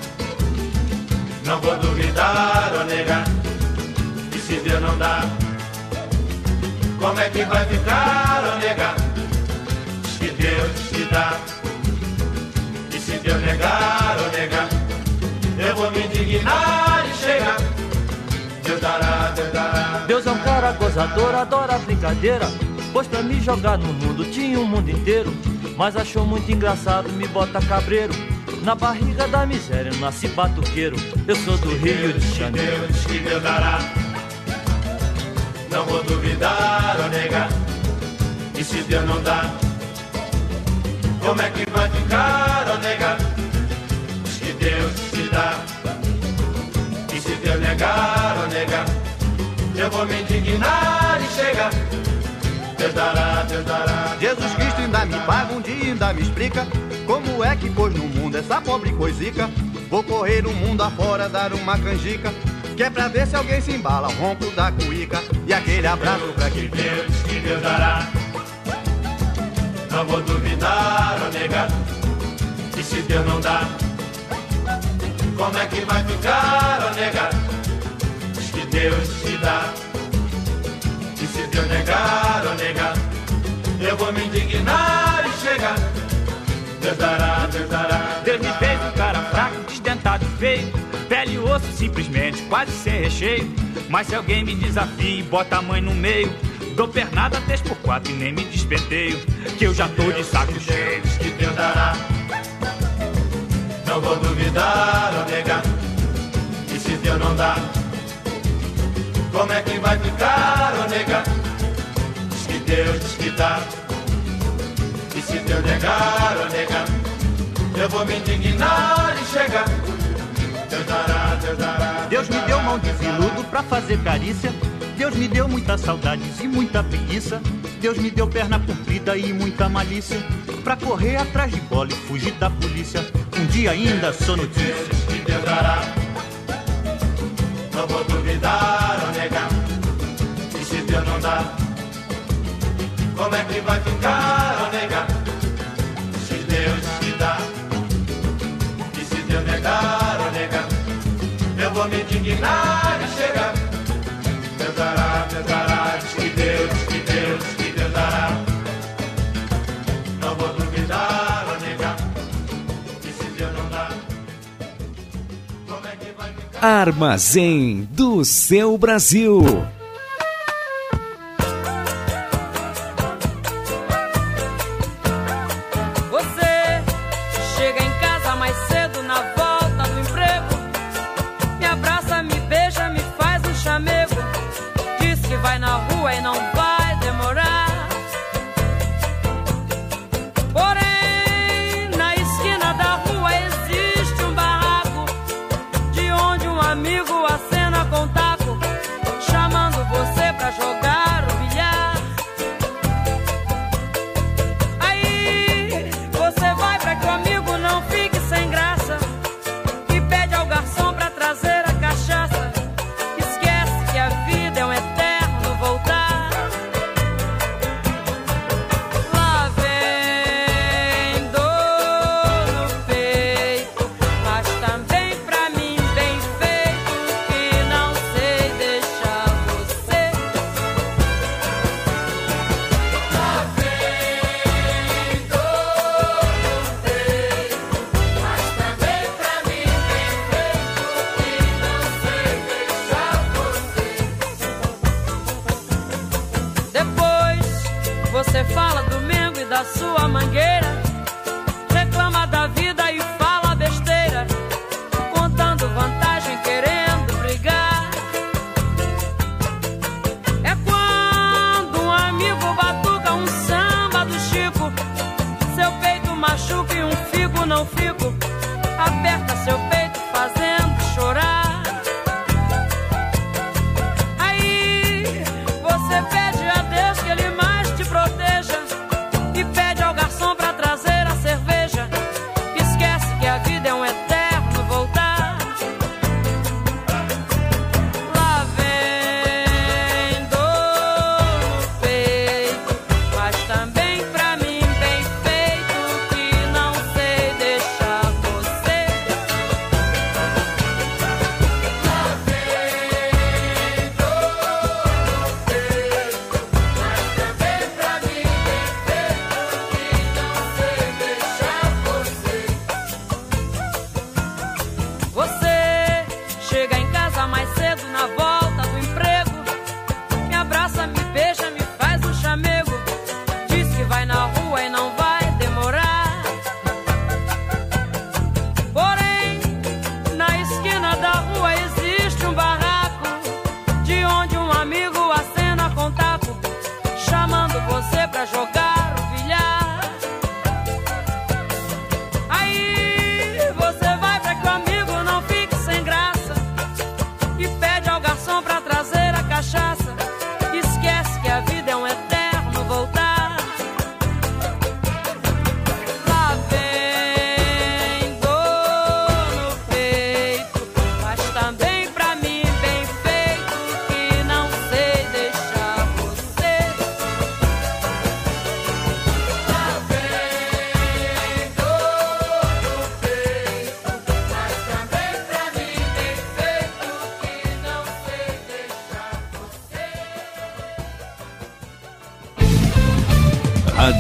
Não vou duvidar ou negar. E se Deus não dá, como é que vai ficar ou negar? Diz que dá. E se Deus negar ou negar, eu vou me indignar e chegar. Deus dará. Deus é um cara gozador, adora a brincadeira. Pois pra me jogar no mundo tinha um mundo inteiro. Mas achou muito engraçado, me bota cabreiro. Na barriga da miséria eu nasci batuqueiro. Eu sou do Rio de Janeiro. Diz que Deus dará. Não vou duvidar ou negar. E se Deus não dá, como é que vai ficar ou negar? Diz que Deus te dá. E se Deus negar ou negar, eu vou me indignar e chegar. Deus dará. Jesus Cristo ainda me paga um dia, ainda me explica como é que pôs no mundo essa pobre coisica. Vou correr o mundo afora, dar uma canjica que é pra ver se alguém se embala, o ronco da cuíca e aquele abraço pra quem Deus, que Deus dará. Não vou duvidar ou negar. E se Deus não dá, como é que vai ficar ou negar? Diz que Deus te dá. E se Deus negar ou negar, eu vou me indignar e chegar. Deus dará, Deus dará. Deus me fez um cara fraco, desdentado e feio, pele e osso simplesmente, quase sem recheio. Mas se alguém me desafia e bota a mãe no meio, dou pernada 3x4 e nem me despenteio, que eu já tô de saco cheio. Diz que Deus dará. Não vou duvidar ou negar. E se Deus não dá, como é que vai ficar ou negar? Diz que Deus diz que dá. E se Deus negar ou negar, eu vou me indignar e chegar. Deus dará, Deus dará. Deus me deu mão de veludo pra fazer carícia. Deus me deu muitas saudades e muita preguiça. Deus me deu perna comprida e muita malícia, pra correr atrás de bola e fugir da polícia. Um dia ainda sou notícia. Deus que Deus dará. Não vou duvidar ou negar. E se Deus não dá, como é que vai ficar ou negar? Se Deus te dá. E se Deus negar ou negar, eu vou me indignar e chegar. Deus dará, Deus dará. Diz que Deus, diz que Deus, diz que Deus dará. Não vou duvidar ou negar. E se Deus não dá, como é que vai ficar? Armazém do Seu Brasil. Você chega em casa mais cedo na volta do emprego, me abraça, me beija, me faz um chamego, diz que vai na rua e não vai demorar. Porém, na esquina da rua existe um barraco, de onde um amigo acena com taco, chamando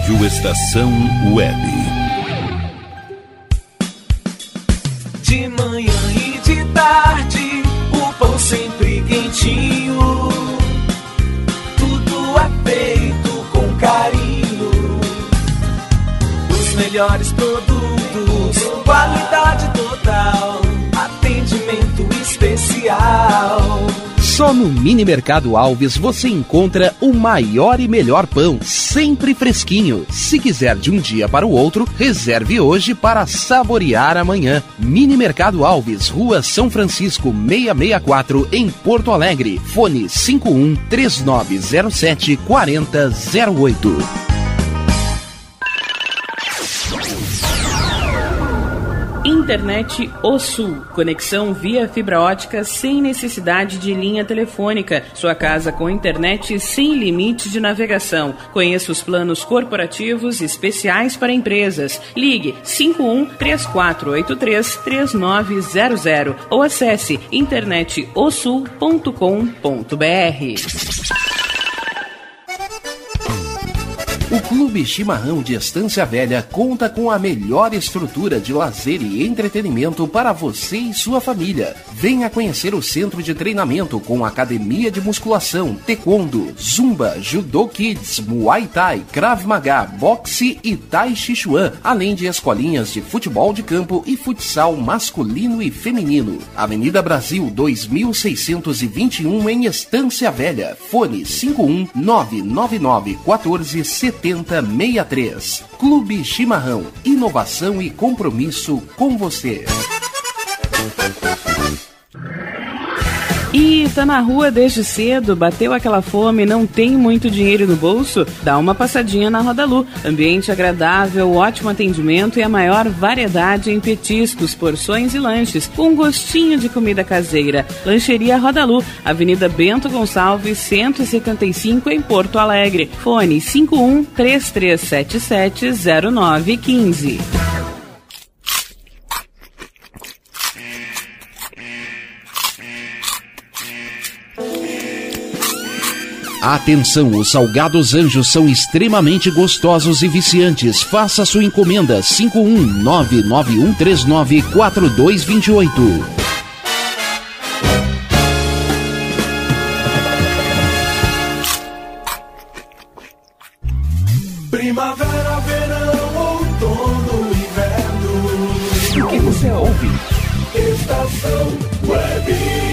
Rádio Estação Web. De manhã e de tarde, o pão sempre quentinho. Tudo é feito com carinho. Os melhores produtos, qualidade total, atendimento especial. Só no Mini Mercado Alves você encontra o maior e melhor pão, sempre fresquinho. Se quiser de um dia para o outro, reserve hoje para saborear amanhã. Mini Mercado Alves, Rua São Francisco 664, em Porto Alegre. Fone 51-3907-4008. Internet O Sul. Conexão via fibra ótica sem necessidade de linha telefônica. Sua casa com internet sem limite de navegação. Conheça os planos corporativos especiais para empresas. Ligue 51-3483-3900 ou acesse internetosul.com.br. O Clube Chimarrão de Estância Velha conta com a melhor estrutura de lazer e entretenimento para você e sua família. Venha conhecer o centro de treinamento com academia de musculação, taekwondo, zumba, judô kids, muay thai, krav maga, boxe e tai chi chuan, além de escolinhas de futebol de campo e futsal masculino e feminino. Avenida Brasil 2621 em Estância Velha. Fone 51-999-14-7063. Clube Chimarrão, inovação e compromisso com você. E tá na rua desde cedo, bateu aquela fome, não tem muito dinheiro no bolso? Dá uma passadinha na Rodalu. Ambiente agradável, ótimo atendimento e a maior variedade em petiscos, porções e lanches, com um gostinho de comida caseira. Lancheria Rodalu, Avenida Bento Gonçalves, 175 em Porto Alegre. Fone 51-3377-0915. Atenção, os salgados Anjos são extremamente gostosos e viciantes. Faça sua encomenda 51991394228. Primavera, verão, outono, inverno. O que você ouve? Estação Web.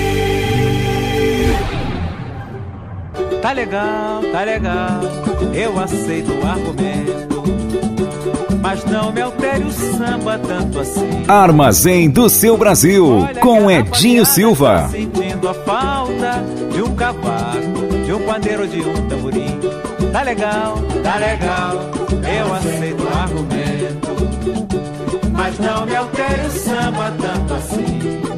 Tá legal, eu aceito o argumento, mas não me altere o samba tanto assim. Armazém do Seu Brasil, com Edinho Silva. Tá sentindo a falta de um cavaco, de um pandeiro, de um tamborim. Tá legal, eu aceito o argumento, mas não me altere o samba tanto assim.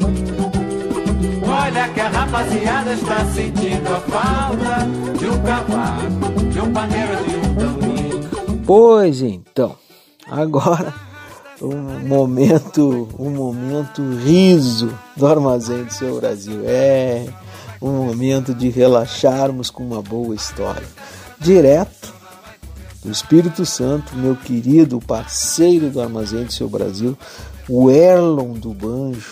Olha que a rapaziada está sentindo a falta de um cavaco, de um pandeiro, de um tamborim. Pois então, agora um momento riso do Armazém do Seu Brasil. É um momento de relaxarmos com uma boa história. Direto do Espírito Santo, meu querido parceiro do Armazém do Seu Brasil, o Erlon do Banjo,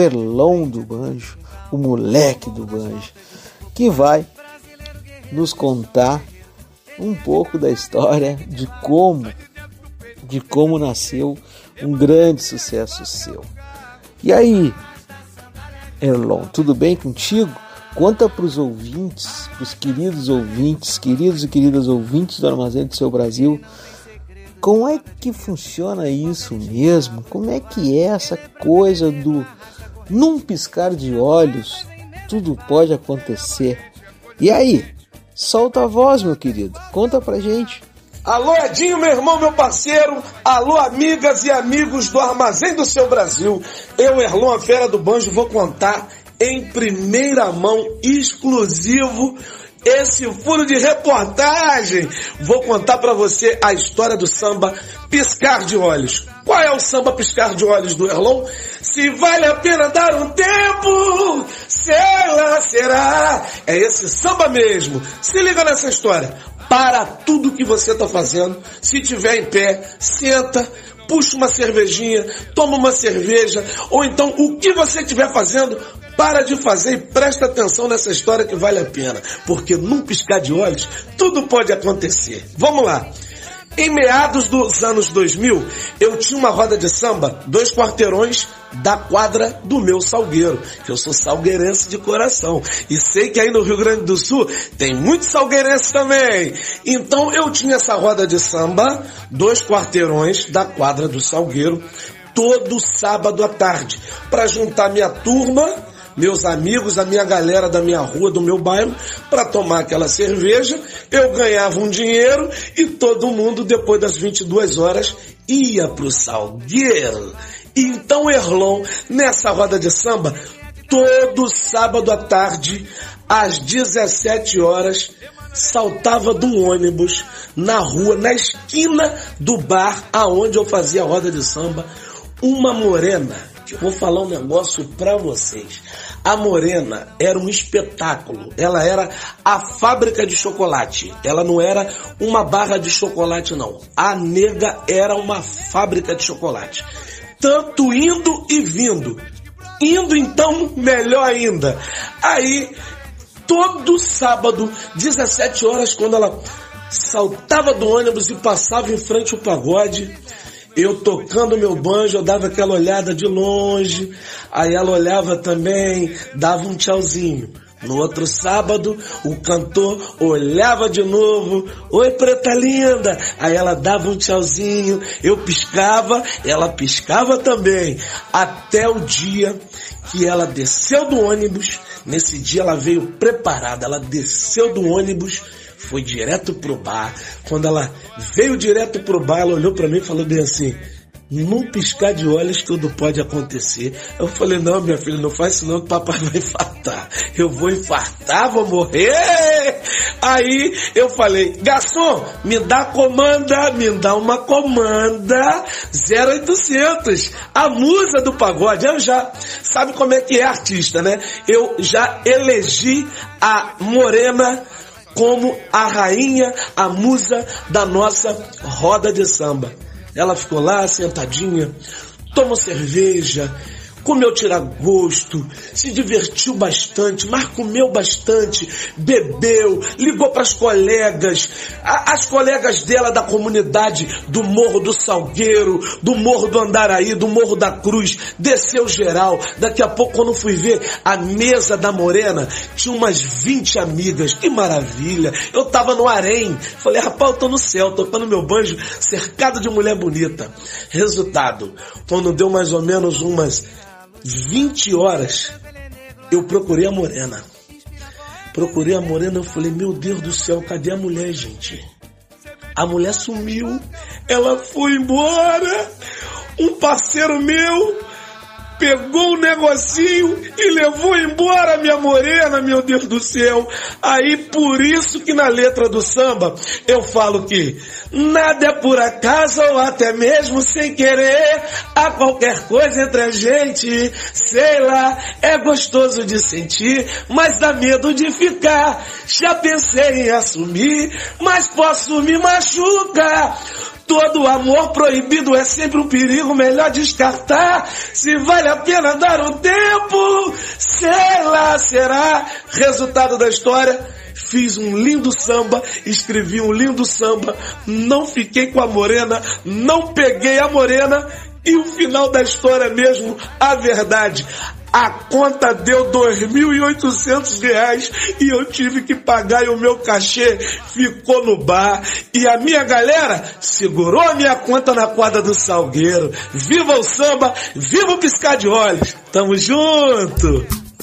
o moleque do banjo, que vai nos contar um pouco da história de como nasceu um grande sucesso seu. E aí, Erlon, tudo bem contigo? Conta para os ouvintes, para os queridos e queridas ouvintes do Armazém do Seu Brasil, como é que funciona isso mesmo? Como é que é essa coisa do num piscar de olhos, tudo pode acontecer? E aí, solta a voz, meu querido, conta pra gente. Alô, Edinho, meu irmão, meu parceiro. Alô, amigas e amigos do Armazém do Seu Brasil. Eu, Erlon, a fera do banjo, vou contar em primeira mão, exclusivo, esse furo de reportagem. Vou contar pra você a história do samba Piscar de Olhos. Qual é o samba Piscar de Olhos do Erlon? Se vale a pena dar um tempo, sei lá, será. É esse samba mesmo. Se liga nessa história. para tudo que você está fazendo. Se tiver em pé, senta, puxa uma cervejinha, toma uma cerveja, ou então o que você estiver fazendo, para de fazer e presta atenção nessa história que vale a pena, porque num piscar de olhos tudo pode acontecer. Vamos lá. Em meados dos anos 2000, eu tinha uma roda de samba, 2 quarteirões da quadra do meu salgueiro, que eu sou salgueirense de coração. E sei que aí no Rio Grande do Sul tem muitos salgueirenses também. Então eu tinha essa roda de samba, 2 quarteirões da quadra do salgueiro, todo sábado à tarde, para juntar minha turma, meus amigos, a minha galera da minha rua, do meu bairro, para tomar aquela cerveja. Eu ganhava um dinheiro e todo mundo, depois das 22 horas, ia pro salgueiro. Então, Erlon, nessa roda de samba, todo sábado à tarde, às 17 horas, saltava de um ônibus na rua, na esquina do bar aonde eu fazia a roda de samba, uma morena, que eu vou falar um negócio pra vocês. A morena era um espetáculo, ela era a fábrica de chocolate, ela não era uma barra de chocolate não, a nega era uma fábrica de chocolate, tanto indo e vindo, indo então melhor ainda. Aí todo sábado, 17 horas, quando ela saltava do ônibus e passava em frente ao pagode, eu tocando meu banjo, eu dava aquela olhada de longe, aí ela olhava também, dava um tchauzinho. No outro sábado, o cantor olhava de novo, oi preta linda, aí ela dava um tchauzinho, eu piscava, ela piscava também, até o dia que ela desceu do ônibus. Nesse dia ela veio preparada, ela desceu do ônibus, foi direto pro bar. Quando ela veio direto pro bar, ela olhou pra mim e falou bem assim, num piscar de olhos tudo pode acontecer. Eu falei, não, minha filha, não faz isso não, que o papai vai infartar. Eu vou infartar, vou morrer. Aí eu falei, garçom, me dá comanda, me dá uma comanda 0800, a musa do pagode. Eu já, sabe como é que é artista, né? Eu já elegi a morena como a rainha, a musa da nossa roda de samba. Ela ficou lá sentadinha, tomou cerveja, comeu tira-gosto, se divertiu bastante, mas comeu bastante, bebeu, ligou para as colegas, as colegas dela da comunidade do Morro do Salgueiro, do Morro do Andaraí, do Morro da Cruz, desceu geral. Daqui a pouco, quando fui ver a mesa da morena, tinha umas 20 amigas, que maravilha. Eu tava no harém, falei, rapaz, eu tô no céu, tocando meu banjo, cercado de mulher bonita. Resultado, quando deu mais ou menos umas 20 horas, eu procurei a morena. Eu falei, meu Deus do céu, cadê a mulher, gente? A mulher sumiu, ela foi embora. Um parceiro meu pegou um negocinho e levou embora a minha morena, meu Deus do céu. Aí por isso que na letra do samba eu falo que nada é por acaso ou até mesmo sem querer, há qualquer coisa entre a gente, sei lá, é gostoso de sentir, mas dá medo de ficar. Já pensei em assumir, mas posso me machucar. Todo amor proibido é sempre um perigo, melhor descartar. Se vale a pena dar um tempo, sei lá, será. Resultado da história, fiz um lindo samba, escrevi um lindo samba, não fiquei com a morena, não peguei a morena, e o final da história mesmo, a verdade. A conta deu R$2.800 e eu tive que pagar e o meu cachê ficou no bar. E a minha galera segurou a minha conta na quadra do Salgueiro. Viva o samba, viva o piscar de olhos. Tamo junto!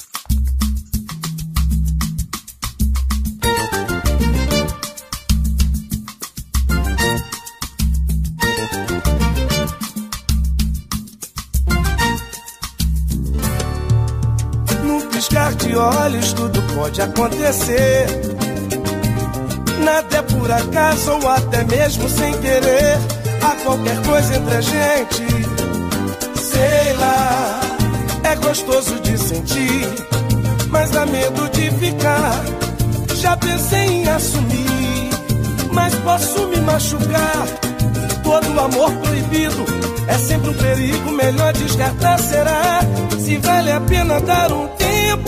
De olhos tudo pode acontecer, nada é por acaso ou até mesmo sem querer, há qualquer coisa entre a gente, sei lá, é gostoso de sentir, mas dá medo de ficar. Já pensei em assumir, mas posso me machucar. Todo amor proibido é sempre um perigo, melhor descartar. Será se vale a pena dar um tempo?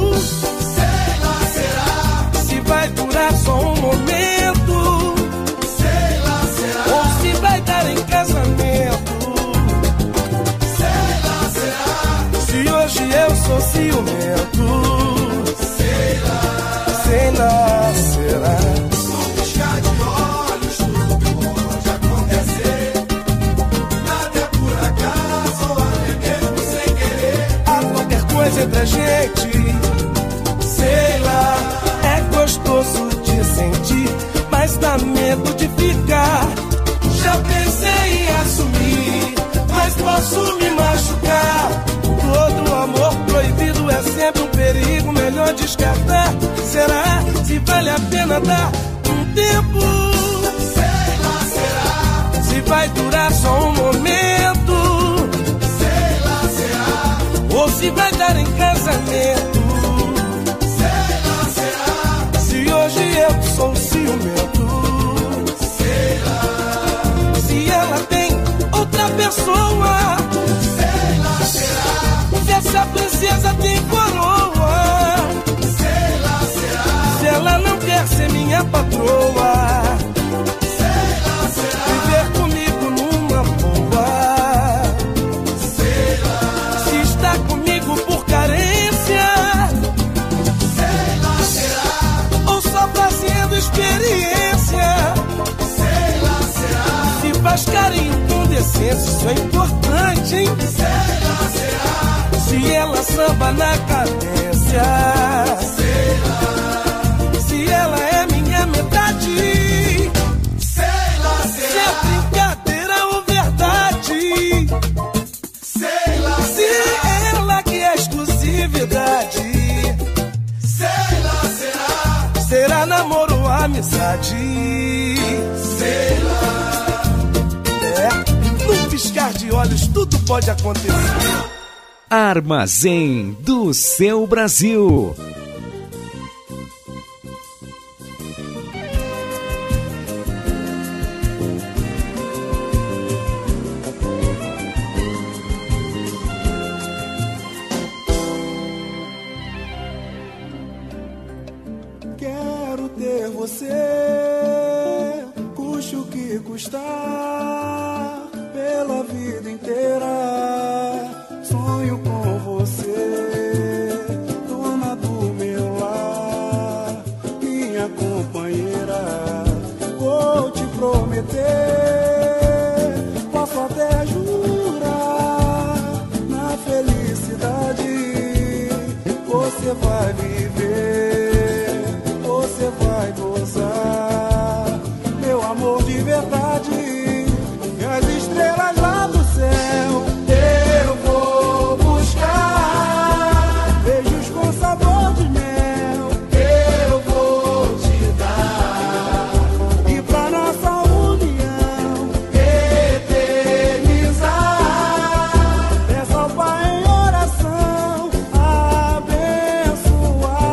Sei lá, será se vai durar só um momento? Sei lá, será ou se vai dar em casamento? Sei lá, será se hoje eu sou ciumento? Sei lá, será num piscar de olhos tudo pode acontecer. Nada é por acaso, até mesmo sem querer. Há qualquer coisa entre a gente, sei lá, é gostoso de sentir, mas dá medo de ficar. Já pensei em assumir, mas posso me machucar. Todo amor proibido é sempre um perigo, melhor descartar. Será se vale a pena dar um tempo? Sei lá, será se vai durar só um momento? Sei lá, será ou se vai dar em casamento? Sei lá, será se hoje eu sou ciumento? Sei lá se ela tem outra pessoa? Sei lá, será se essa princesa tem coroa? Sei lá, será se ela não quer ser minha patroa? Sei lá, será viver comigo numa boa? Sei lá se está comigo por carência? Sei lá, será ou só fazendo experiência? Sei lá, será se faz carinho com decência, isso é importante, hein? Sei lá, será se ela samba na cadência? Sei lá se ela é minha metade? Sei lá, será se é brincadeira ou verdade? Sei lá, se ela que é exclusividade? Sei lá, será será namoro ou amizade? Sei lá num piscar de olhos tudo pode acontecer. Armazém do Seu Brasil. Quero ter você, custe o que custar, pela vida inteira. Sonho com você, dona do meu lar, minha companheira. Vou te prometer, posso até jurar, na felicidade você vai viver, você vai gozar, meu amor de verdade. E as estrelas lá do céu eu vou buscar, beijos com sabor de mel eu vou te dar, e pra nossa união eternizar, peço ao Pai em oração abençoar.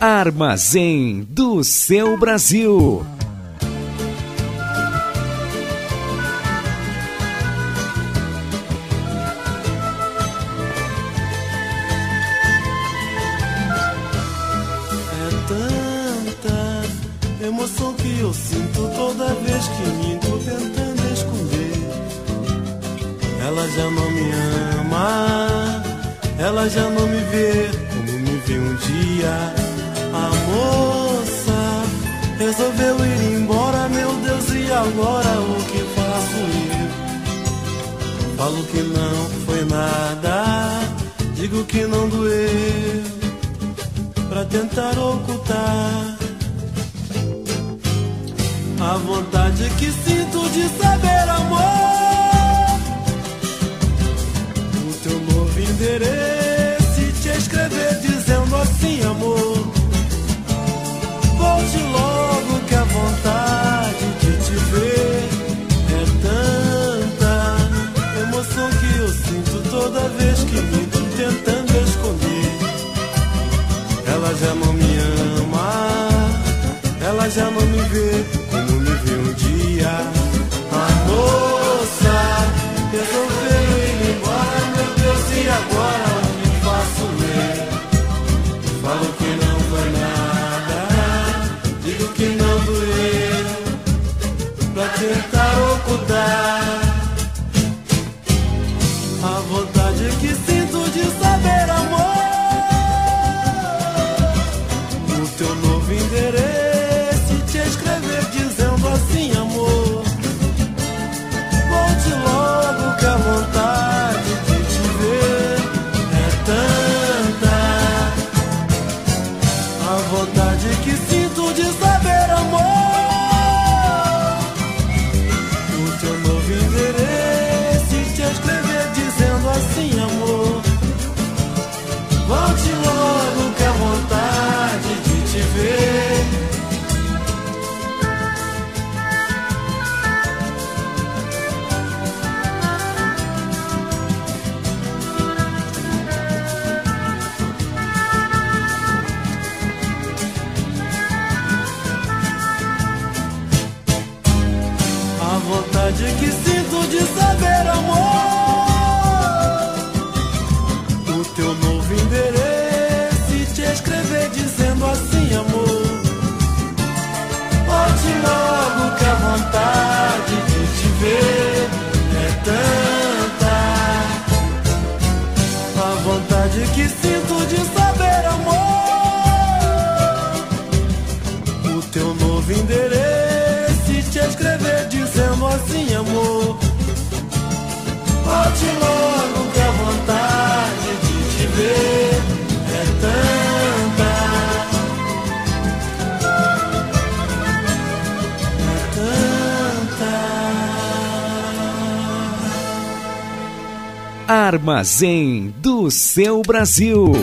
Armazém do Seu Brasil. Emoção que eu sinto toda vez que minto tentando esconder. Ela já não me ama, ela já não me vê como me viu um dia. A moça resolveu ir embora, meu Deus, e agora o que faço eu? Falo que não foi nada, digo que não doeu, pra tentar ocultar a vontade que sinto de saber, amor, o teu novo endereço e te escrever dizendo assim, amor, volte logo que a vontade de te ver é tanta emoção que eu sinto toda vez que minto tentando esconder. Ela já não me ama, ela já não me vê como me viu um dia. A moça resolveu ir embora, meu Deus, e agora o que faço eu? Falo que não foi nada, digo que não doeu, pra tentar ocultar a vontade que sinto de saber, amor, o teu novo endereço te escrever dizendo assim, amor, volte logo que a vontade de te ver é tanta, a vontade que sinto de saber, amor, o teu novo endereço te escrever dizendo assim, amor, volte logo que a vontade de te ver. Vontade que sinto de saber, amor, o teu novo endereço e te escrever dizendo assim, amor, volte logo que a vontade de te ver é tanta, a vontade que sinto de saber, amor, o teu novo endereço e te escrever dizendo assim, amor, volte logo que a vontade de te ver é tanta, Armazém do Seu Brasil.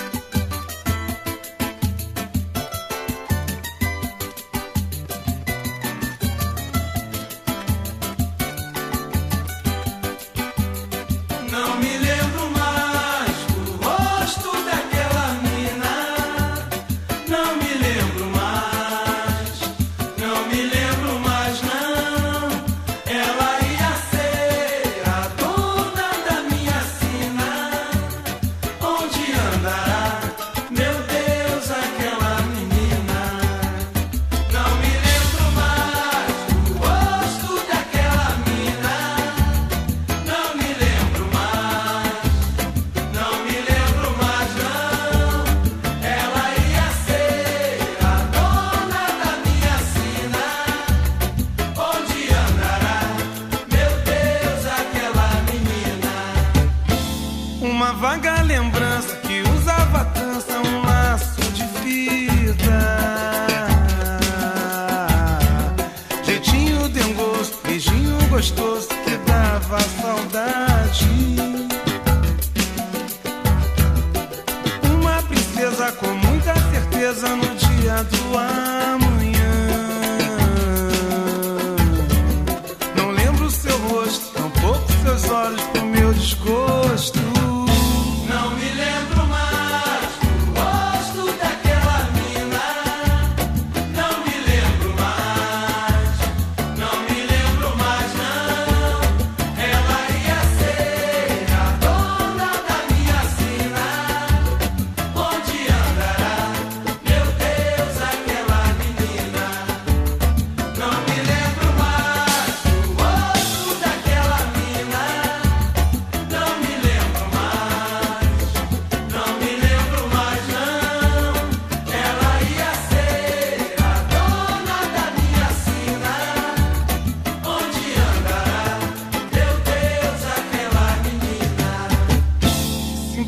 Não me lembro mais do rosto daquela mina. Não me lembro mais. Não me lembro mais, não. Ela ia ser a dona da minha sina. Onde andará?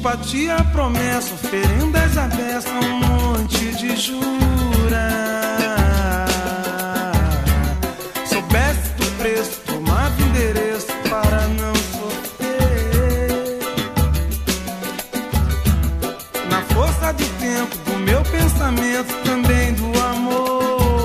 simpatia, promessa, oferendas à beça, um monte de juras. Soubesse do preço, tomava endereço para não sofrer. Na força do tempo, do meu pensamento, também do amor.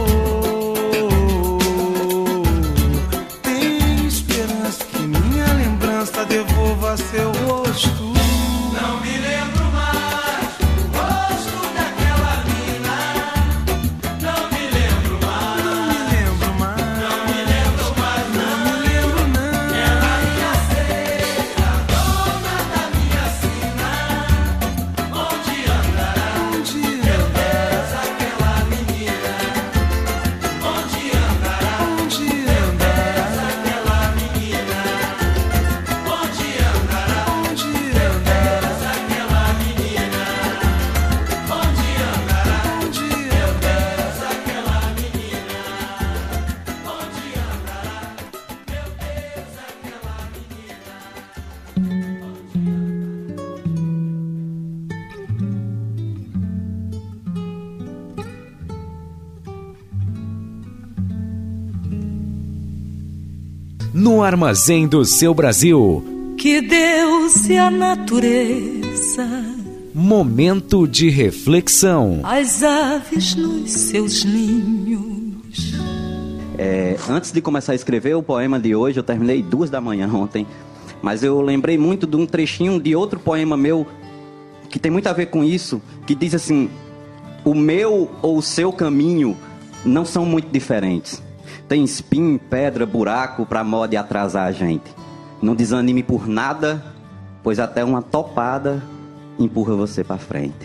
Tem esperança que minha lembrança devolva seu rosto. Não me lembro mais do rosto daquela mina. Não me lembro mais. Não me lembro mais. Não me lembro mais. Não me lembro não. Ela ia ser a dona da minha sina. Onde andará? Onde Meu Deus, aquela menina. Onde andará? Onde Meu Deus, aquela menina. Onde andará? Onde Meu Deus, aquela menina. Onde andará? Onde Meu Deus, aquela menina. Onde andará? Meu Deus, aquela No Armazém do Seu Brasil, Que Deus e a natureza, momento de reflexão. as aves nos seus ninhos. Antes de começar a escrever o poema de hoje, eu terminei 2 da manhã ontem, mas eu lembrei muito de um trechinho de outro poema meu que tem muito a ver com isso, que diz assim: o meu ou o seu caminho não são muito diferentes. Tem espinho, pedra, buraco pra modo de atrasar a gente. Não desanime por nada, pois até uma topada empurra você pra frente.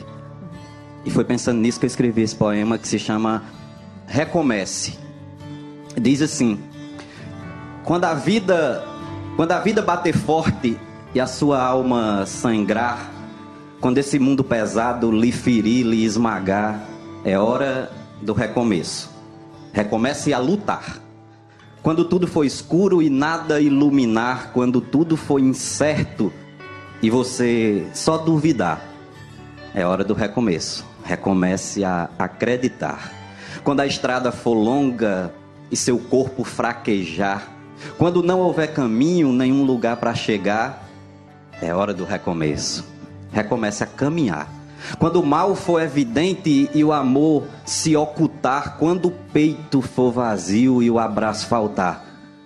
E foi pensando nisso que eu escrevi esse poema que se chama Recomece. Diz assim: quando a vida bater forte e a sua alma sangrar, quando esse mundo pesado lhe ferir, lhe esmagar, é hora do recomeço. Recomece a lutar. Quando tudo for escuro e nada iluminar, quando tudo for incerto e você só duvidar, é hora do recomeço. Recomece a acreditar. Quando a estrada for longa e seu corpo fraquejar, quando não houver caminho, nenhum lugar para chegar, é hora do recomeço. Recomece a caminhar. Quando o mal for evidente e o amor se ocultar, quando o peito for vazio e o abraço faltar,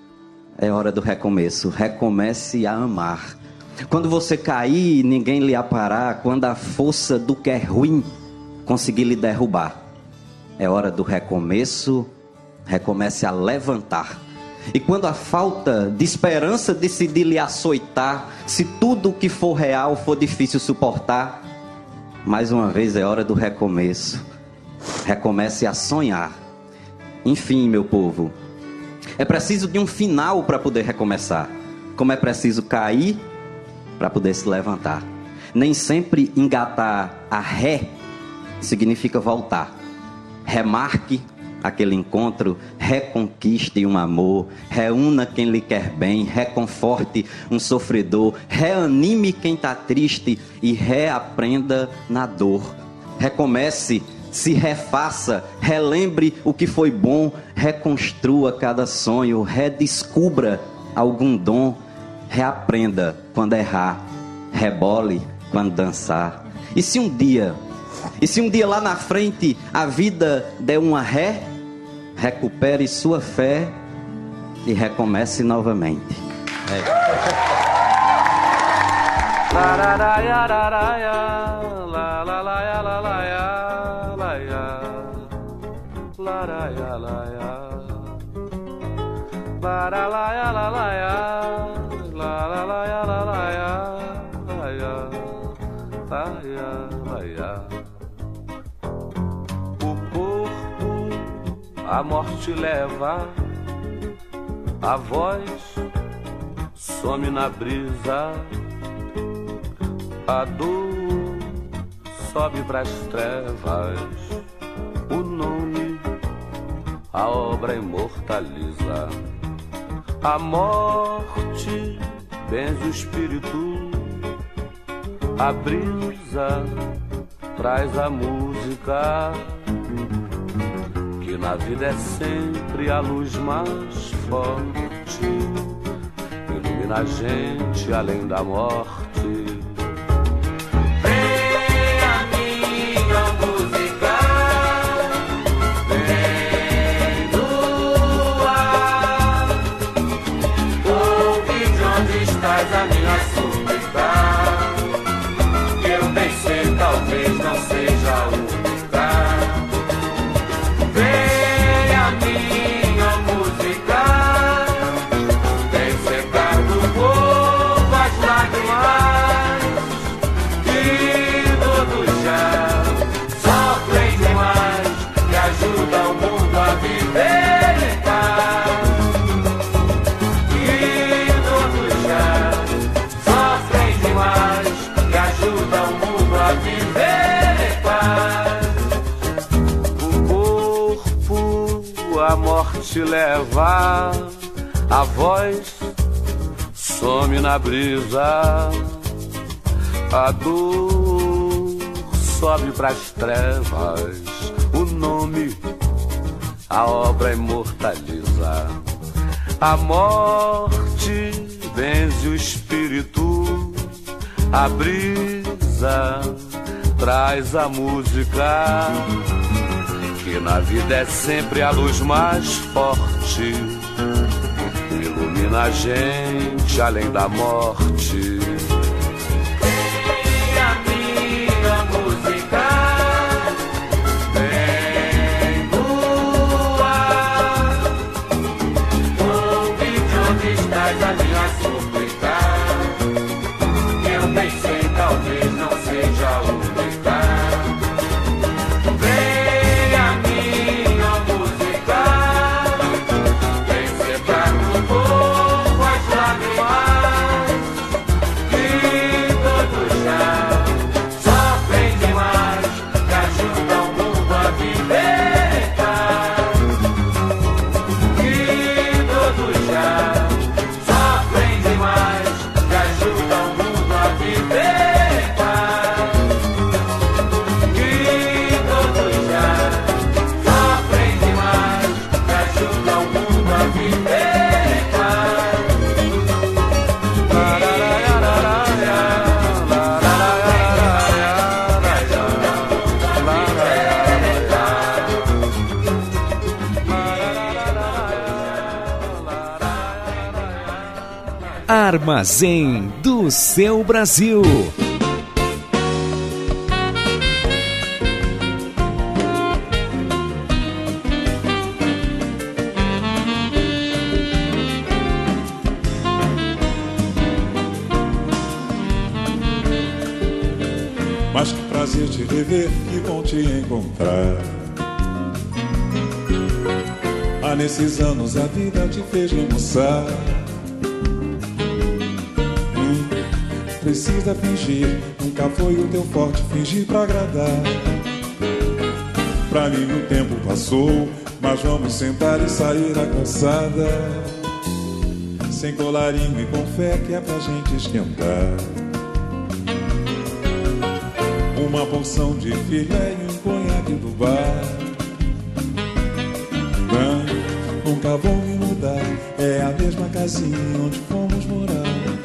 é hora do recomeço. Recomece a amar. Quando você cair e ninguém lhe aparar, quando a força do que é ruim conseguir lhe derrubar, é hora do recomeço. Recomece a levantar. E quando a falta de esperança decidir lhe açoitar, se tudo que for real for difícil suportar, mais uma vez é hora do recomeço. Recomece a sonhar. Enfim, meu povo, é preciso de um final para poder recomeçar, como é preciso cair para poder se levantar. Nem sempre engatar a ré significa voltar. Remarque aquele encontro, reconquiste um amor, reúna quem lhe quer bem, reconforte um sofredor, reanime quem está triste e reaprenda na dor. Recomece, se refaça, relembre o que foi bom, reconstrua cada sonho, redescubra algum dom, reaprenda quando errar, rebole quando dançar. E se um dia lá na frente a vida der uma ré, recupere sua fé e recomece novamente. A morte leva, a voz some na brisa, a dor sobe pras trevas, o nome a obra imortaliza. A morte benze o espírito, A brisa traz a música, que na vida é sempre a luz mais forte, ilumina a gente além da morte. A minha súplica, que eu bem sei, talvez não seja a única. Venha minha música, tem secado o povo as lágrimas, que todos já sofrem demais, que ajuda o mundo a viver em paz. A morte leva, a voz some na brisa, a dor sobe pras trevas, o nome, a obra imortaliza. A morte vence o espírito, a brisa traz a música, que na vida é sempre a luz mais forte, ilumina a gente além da morte. Venha minha música, vem lua, ouve de onde estás a minha súplica, que eu bem sei, talvez não seja a única. Armazém do Seu Brasil. Mas que prazer te rever, que bom te encontrar. Há nesses anos a vida te fez remoçar. Precisa fingir, nunca foi o teu forte fingir pra agradar. Pra mim o tempo passou, mas vamos sentar e sair à calçada, sem colarinho e com fé que é pra gente esquentar. Uma porção de filé e um conhaque do bar. Não, nunca vou me mudar, é a mesma casinha onde fomos morar.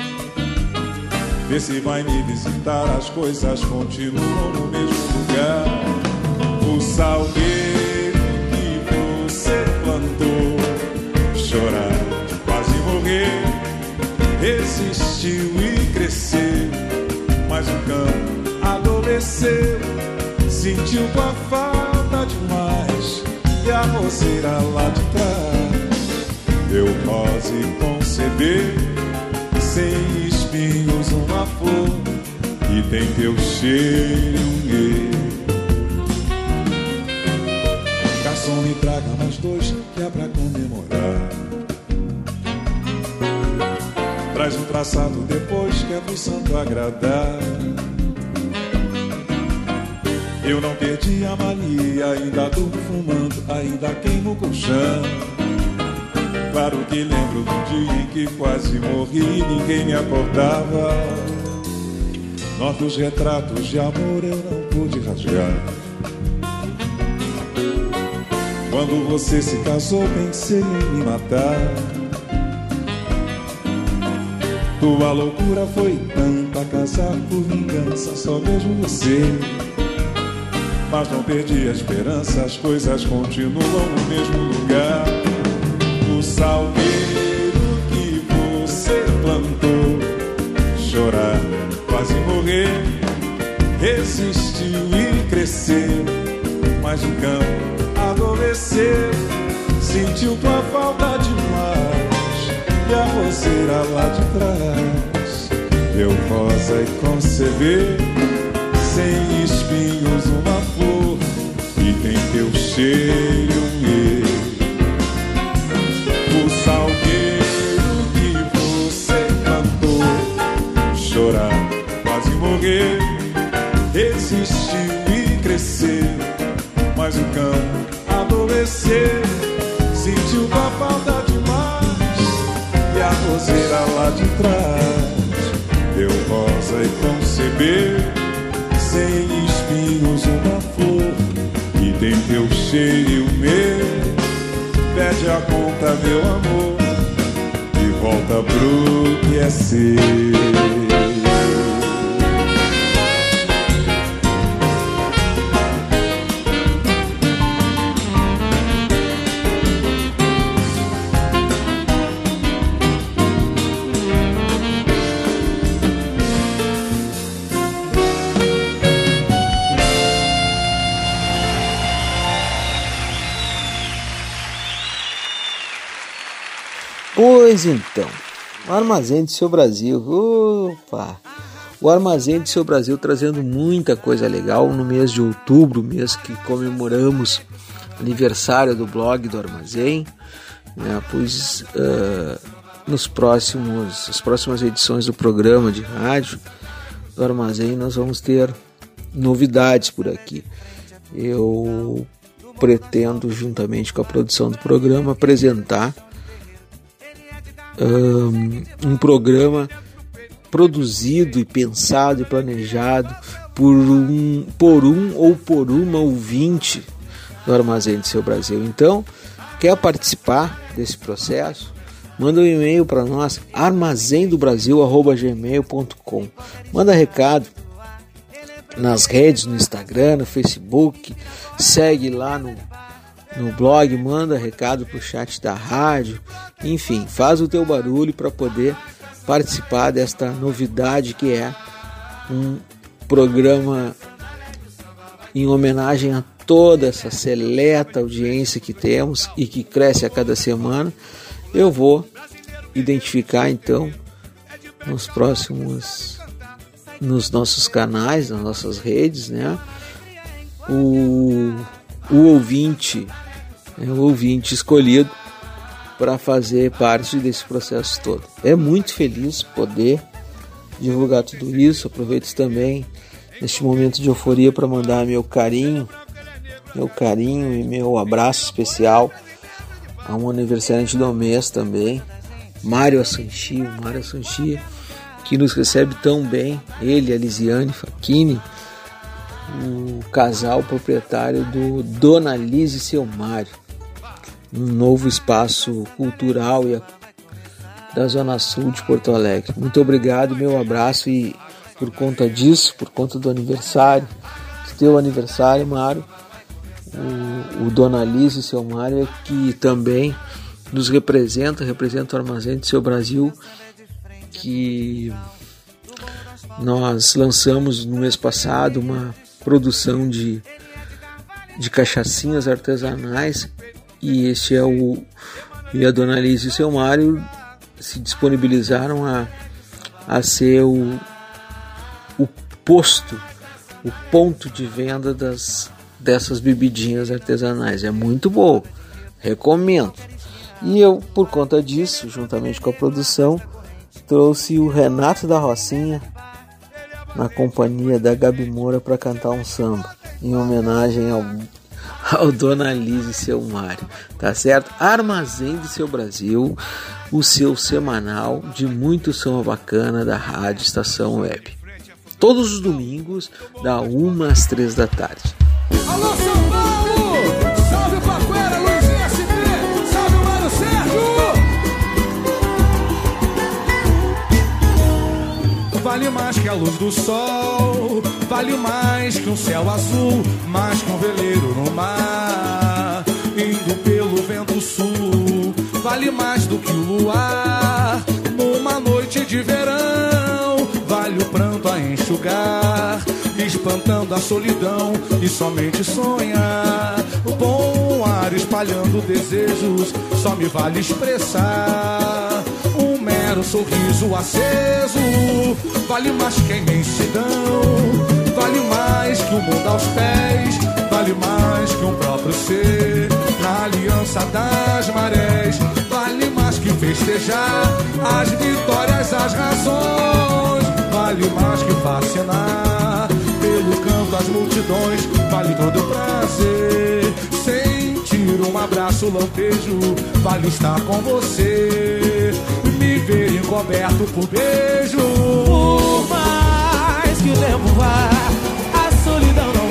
Vê se vai me visitar, as coisas continuam no mesmo lugar. O salgueiro que você plantou, chorar, quase morrer, resistiu e cresceu. Mas o campo adoeceu, sentiu com a falta demais, e a roceira lá de trás deu pose conceber, sem espinhos uma flor, e tem teu cheiro e garçom, me traga mais dois, que é pra comemorar. Traz um traçado depois, que é pro santo agradar. Eu não perdi a mania, ainda durmo fumando, ainda queimo o colchão. Claro que lembro do dia em que quase morri e ninguém me acordava. Nossos retratos de amor eu não pude rasgar. Quando você se casou, pensei em me matar. Tua loucura foi tanta, casar por vingança, só mesmo você. Mas não perdi a esperança, as coisas continuam no mesmo lugar. O salgueiro que você plantou, chorar, quase morrer, resistiu e cresceu. Mas o campo adoeceu, sentiu tua falta demais, e a roseira lá de trás deu rosa e concebeu, sem espinhos uma flor, e tem teu cheiro meu. O salgueiro que você plantou, chorar, quase morrer, resistiu e cresceu. Mas o campo adoeceu, sentiu tua falta demais, e a roseira lá de trás deu rosa e concebeu, sem espinhos uma flor, e tem teu cheiro e o meu. Pede a conta, meu amor, e volta pro que é seu. Pois então, o Armazém do Seu Brasil, opa! O Armazém do Seu Brasil trazendo muita coisa legal no mês de outubro, mês que comemoramos aniversário do blog do Armazém, né? Pois as próximas edições do programa de rádio do Armazém nós vamos ter novidades por aqui. Eu pretendo, juntamente com a produção do programa, apresentar um programa produzido e pensado e planejado por um ou por uma ouvinte do Armazém do Seu Brasil. Então, quer participar desse processo? Manda um e-mail para nós, armazendobrasil@gmail.com. Manda recado nas redes, no Instagram, no Facebook, segue lá no blog, manda recado pro chat da rádio, enfim, faz o teu barulho para poder participar desta novidade que é um programa em homenagem a toda essa seleta audiência que temos e que cresce a cada semana. Eu vou identificar então nos nossos canais, nas nossas redes, né, o ouvinte escolhido para fazer parte desse processo todo. É muito feliz poder divulgar tudo isso. Aproveito também neste momento de euforia para mandar meu carinho e meu abraço especial a um aniversariante do mês também, Mário Assanchi, que nos recebe tão bem, ele e a Lisiane Facchini, o casal proprietário do Dona Liz e seu Mário, um novo espaço cultural da Zona Sul de Porto Alegre. Muito obrigado, meu abraço, e por conta disso, por conta do aniversário, do teu aniversário, Mário, o Dona Liz e seu Mário é que também nos representa o Armazém do Seu Brasil, que nós lançamos no mês passado uma produção de cachaçinhas artesanais, e a Dona Liz e o seu Mário se disponibilizaram a ser o ponto de venda dessas bebidinhas artesanais. É muito bom, recomendo. E eu, por conta disso, juntamente com a produção, trouxe o Renato da Rocinha na companhia da Gabi Moura para cantar um samba em homenagem ao Dona Liz e seu Mário, tá certo? Armazém do Seu Brasil, o seu semanal de muito samba bacana da Rádio Estação Web. todos os domingos, da 1 às 3 da tarde. Alô, São Paulo! Salve Paquera, Luizinho SP! Salve o Mano Sérgio! Vale mais que a luz do sol, vale mais que um céu azul, mais que um veleiro no mar, indo pelo vento sul. Vale mais do que o luar, numa noite de verão. Vale o pranto a enxugar, espantando a solidão e somente sonhar. O bom ar espalhando desejos, só me vale expressar um mero sorriso aceso. Vale mais que a imensidão, vale mais que o mundo aos pés, vale mais que um próprio ser na aliança das marés. Vale mais que festejar as vitórias, as razões. Vale mais que fascinar pelo canto as multidões. Vale todo o prazer, sentir um abraço lampejo. Vale estar com você, me ver encoberto por beijo. Por mais que o tempo vá, a solidão não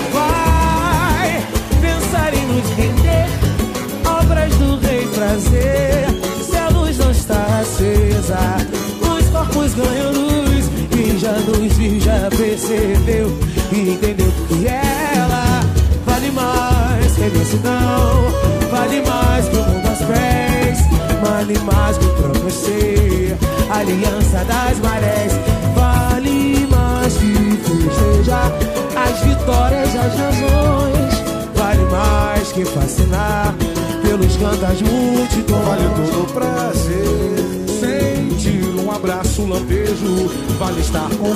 vai pensar em nos render. Obras do rei prazer, se a luz não está acesa, os corpos ganham luz. Quem já nos viu já percebeu e entendeu que ela vale mais que a imensidão, vale mais que o mundo aos pés, vale mais que o próprio ser, aliança das marés. Vale mais que festejar as vitórias, as razões. Vale mais que fascinar pelos cantos das multidões. Vale todo o prazer, sentir um abraço lampejo. Vale estar com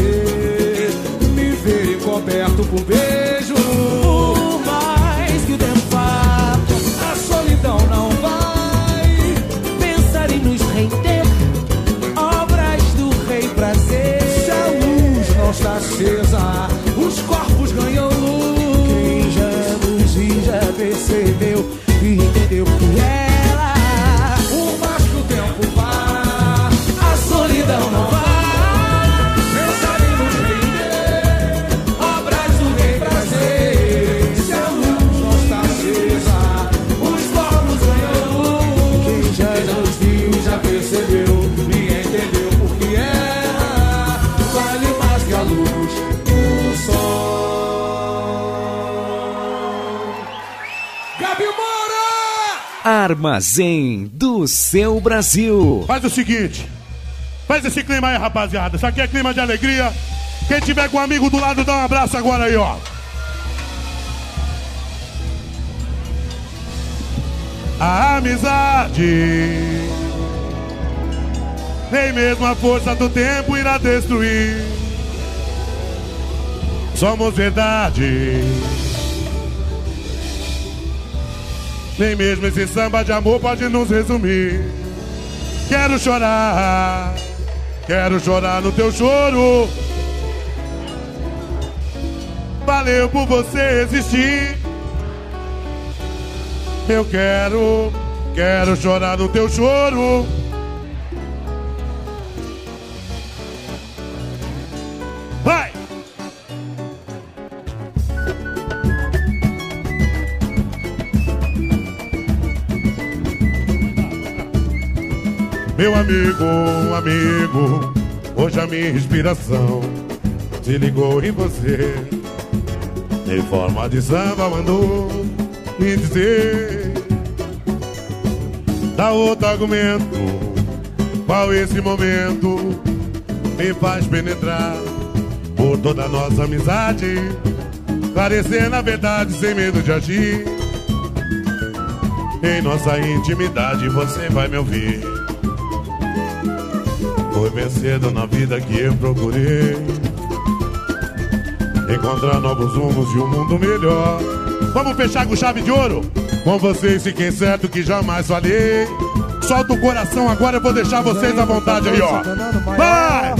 você, me ver encoberto por beijo. Por mais que o tempo vá, a solidão não vai pensar em nos render. Obras do rei prazer, se a luz não está acesa, os corpos ganham luz. Quem já nos viu já percebeu e entendeu que ela, por mais que o tempo vá, a solidão não vai pensar em nos render. Obras do rei prazer, se a luz não está acesa, os corpos ganham luz. quem já nos viu já percebeu e entendeu porque ela vale mais que a luz do sol. Gabi Moura! Armazém do Seu Brasil. Faz o seguinte, faz esse clima aí, rapaziada. Isso aqui é clima de alegria. Quem tiver com um amigo do lado, dá um abraço agora aí, ó. A amizade, nem mesmo a força do tempo irá destruir. Somos verdade, nem mesmo esse samba de amor pode nos resumir. Quero chorar no teu choro. Valeu por você existir. Eu quero chorar no teu choro. Vai! Meu amigo, hoje a minha inspiração se ligou em você. Em forma de samba mandou me dizer. Dá outro argumento, qual esse momento me faz penetrar por toda a nossa amizade, esclarecer na verdade sem medo de agir. Em nossa intimidade você vai me ouvir. Foi bem cedo na vida que eu procurei encontrar novos rumos e um mundo melhor. Vamos fechar com chave de ouro? Com vocês fiquem certo que jamais falei. Solta o coração agora, eu vou deixar vocês à vontade aí, ó. Vai!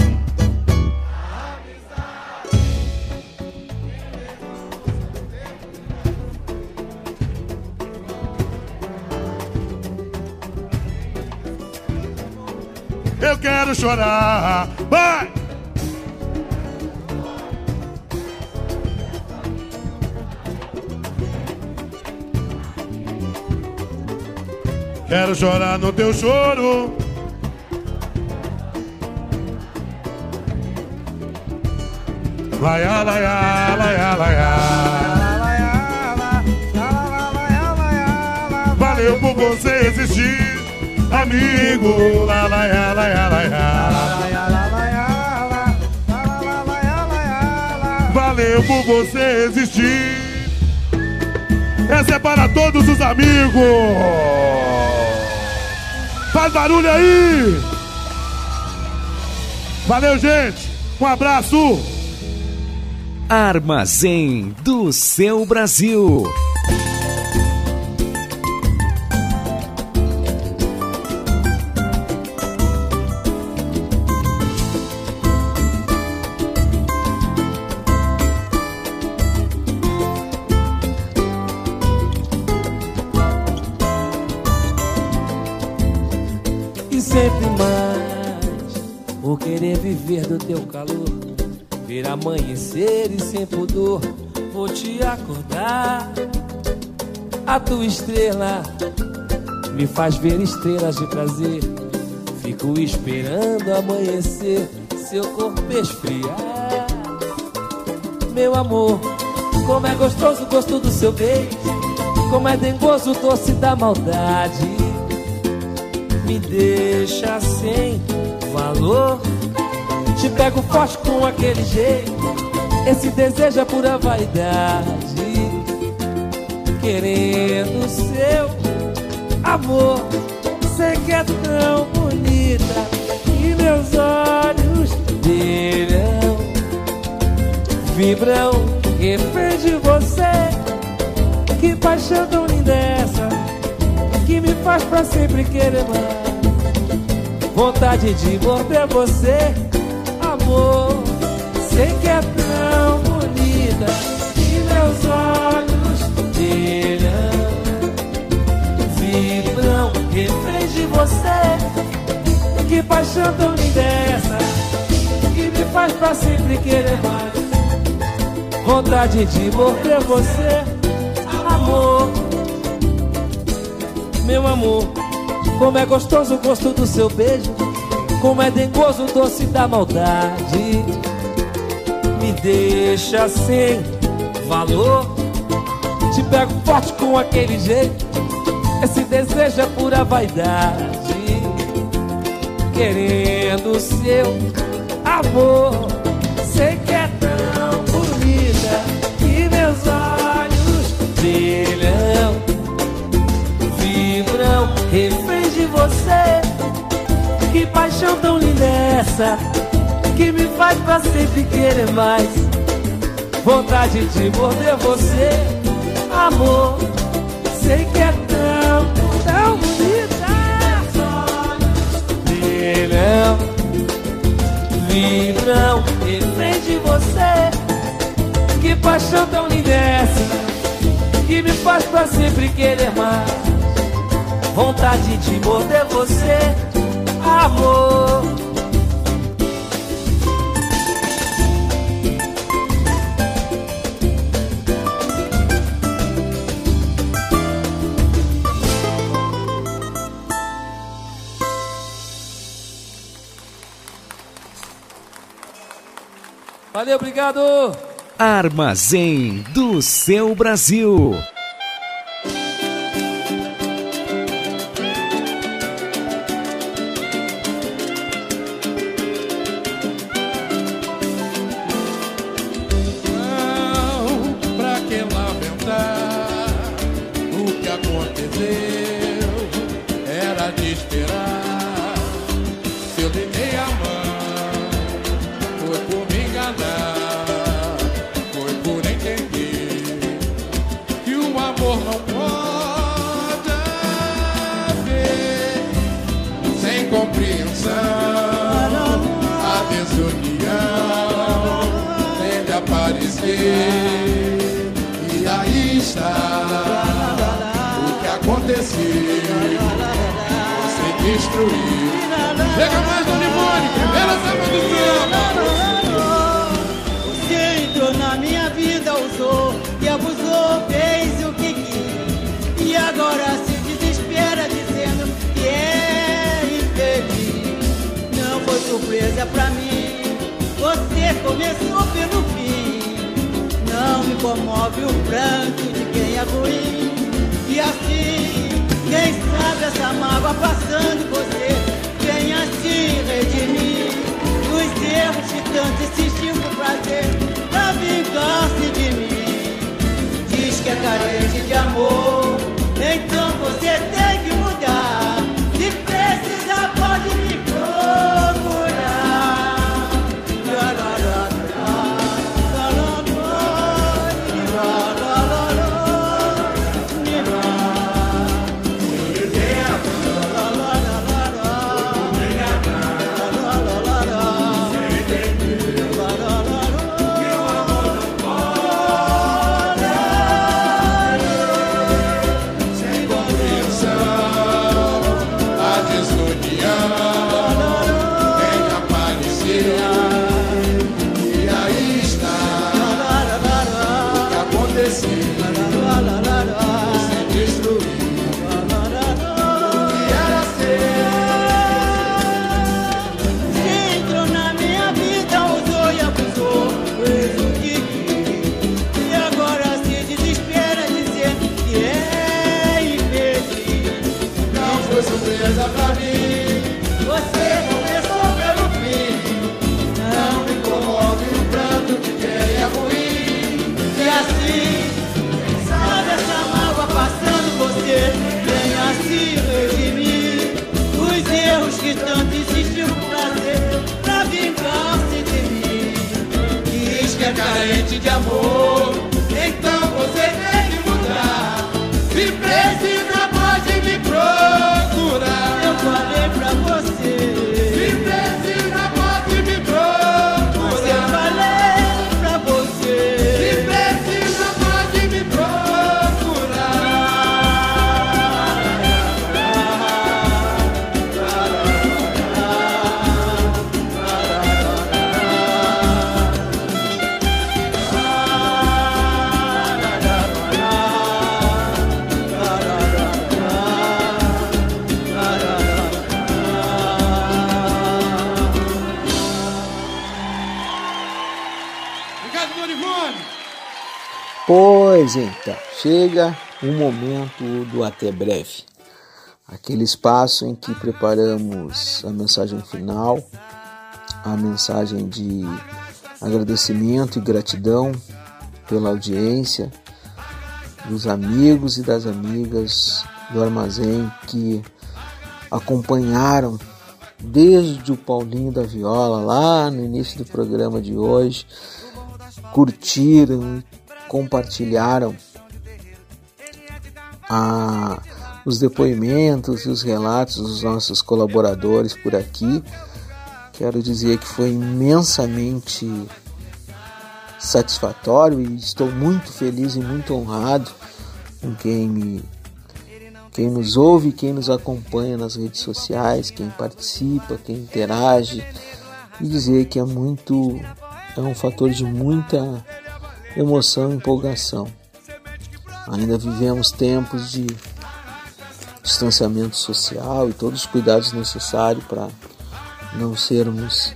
Eu quero chorar, vai! Quero chorar no teu choro. Laia, laia, laia, laia. Valeu por você existir, amigo. La, laia, laia, laia. Valeu por você existir. Essa é para todos os amigos. Faz barulho aí. Valeu, gente. Um abraço. Armazém do Seu Brasil. E sempre mais vou querer viver do teu calor, ver amanhecer e sem pudor vou te acordar. A tua estrela me faz ver estrelas de prazer. Fico esperando amanhecer, seu corpo esfriar. Meu amor, como é gostoso o gosto do seu beijo, como é dengoso o doce da maldade. Me deixa sem valor, te pego forte com aquele jeito. Esse desejo é pura vaidade, querendo seu amor. Sei que é tão bonita e meus olhos brilham, vibram, refém de você. Que paixão tão linda é essa, que me faz pra sempre querer mais. Vontade de morder você, amor. Sei que é tão bonita e meus olhos brilham, vibram, refém de você. Que paixão tão linda é essa, que me faz pra sempre querer mais. Vontade de morder você, amor. Meu amor, como é gostoso o gosto do seu beijo, como é dengoso o doce da maldade. Me deixa sem valor, te pego forte com aquele jeito. Esse desejo é pura vaidade, querendo seu amor. Sei que é tão bonita e meus olhos brilham, vibram, refém de você. Que paixão tão linda é essa, que me faz pra sempre querer mais. Vontade de morder você, amor. Sei que é tão, tão bonita. Brilham, vibram, refém de você. Que paixão tão linda é essa, que me faz pra sempre querer mais. Vontade de morder você, amor. Valeu, obrigado. Armazém do Seu Brasil. E aí está o que aconteceu, você destruiu. Chega mais no Limone, primeira samba do samba. Você entrou na minha vida, usou e abusou, fez o que quis, e agora se desespera dizendo surpresa pra mim. Você começou pelo fim. Não me comove o pranto de quem é ruim. E assim, quem sabe essa mágoa passando você venha se redimir dos erros que tanto insistiu por prazer pra vingar-se de mim. Diz que é carente de amor, então você tem que mudar. Se precisar pode me procurar. Que tanto insistiu no prazer pra vingar-se de mim. Diz que é carente de amor, então você tem que mudar. Se precisa pode me procurar. Eu falei pra você. Se precisa pode me procurar. Mas eu falei pra você. Se precisa pode me procurar. Pois então, chega o momento do até breve. Aquele espaço em que preparamos a mensagem final, a mensagem de agradecimento e gratidão pela audiência dos amigos e das amigas do Armazém que acompanharam desde o Paulinho da Viola, lá no início do programa de hoje, curtiram e compartilharam os depoimentos e os relatos dos nossos colaboradores por aqui. Quero dizer que foi imensamente satisfatório e estou muito feliz e muito honrado com quem nos ouve, quem nos acompanha nas redes sociais, quem participa, quem interage, e dizer que é um fator de muita emoção e empolgação. Ainda vivemos tempos de distanciamento social e todos os cuidados necessários para não sermos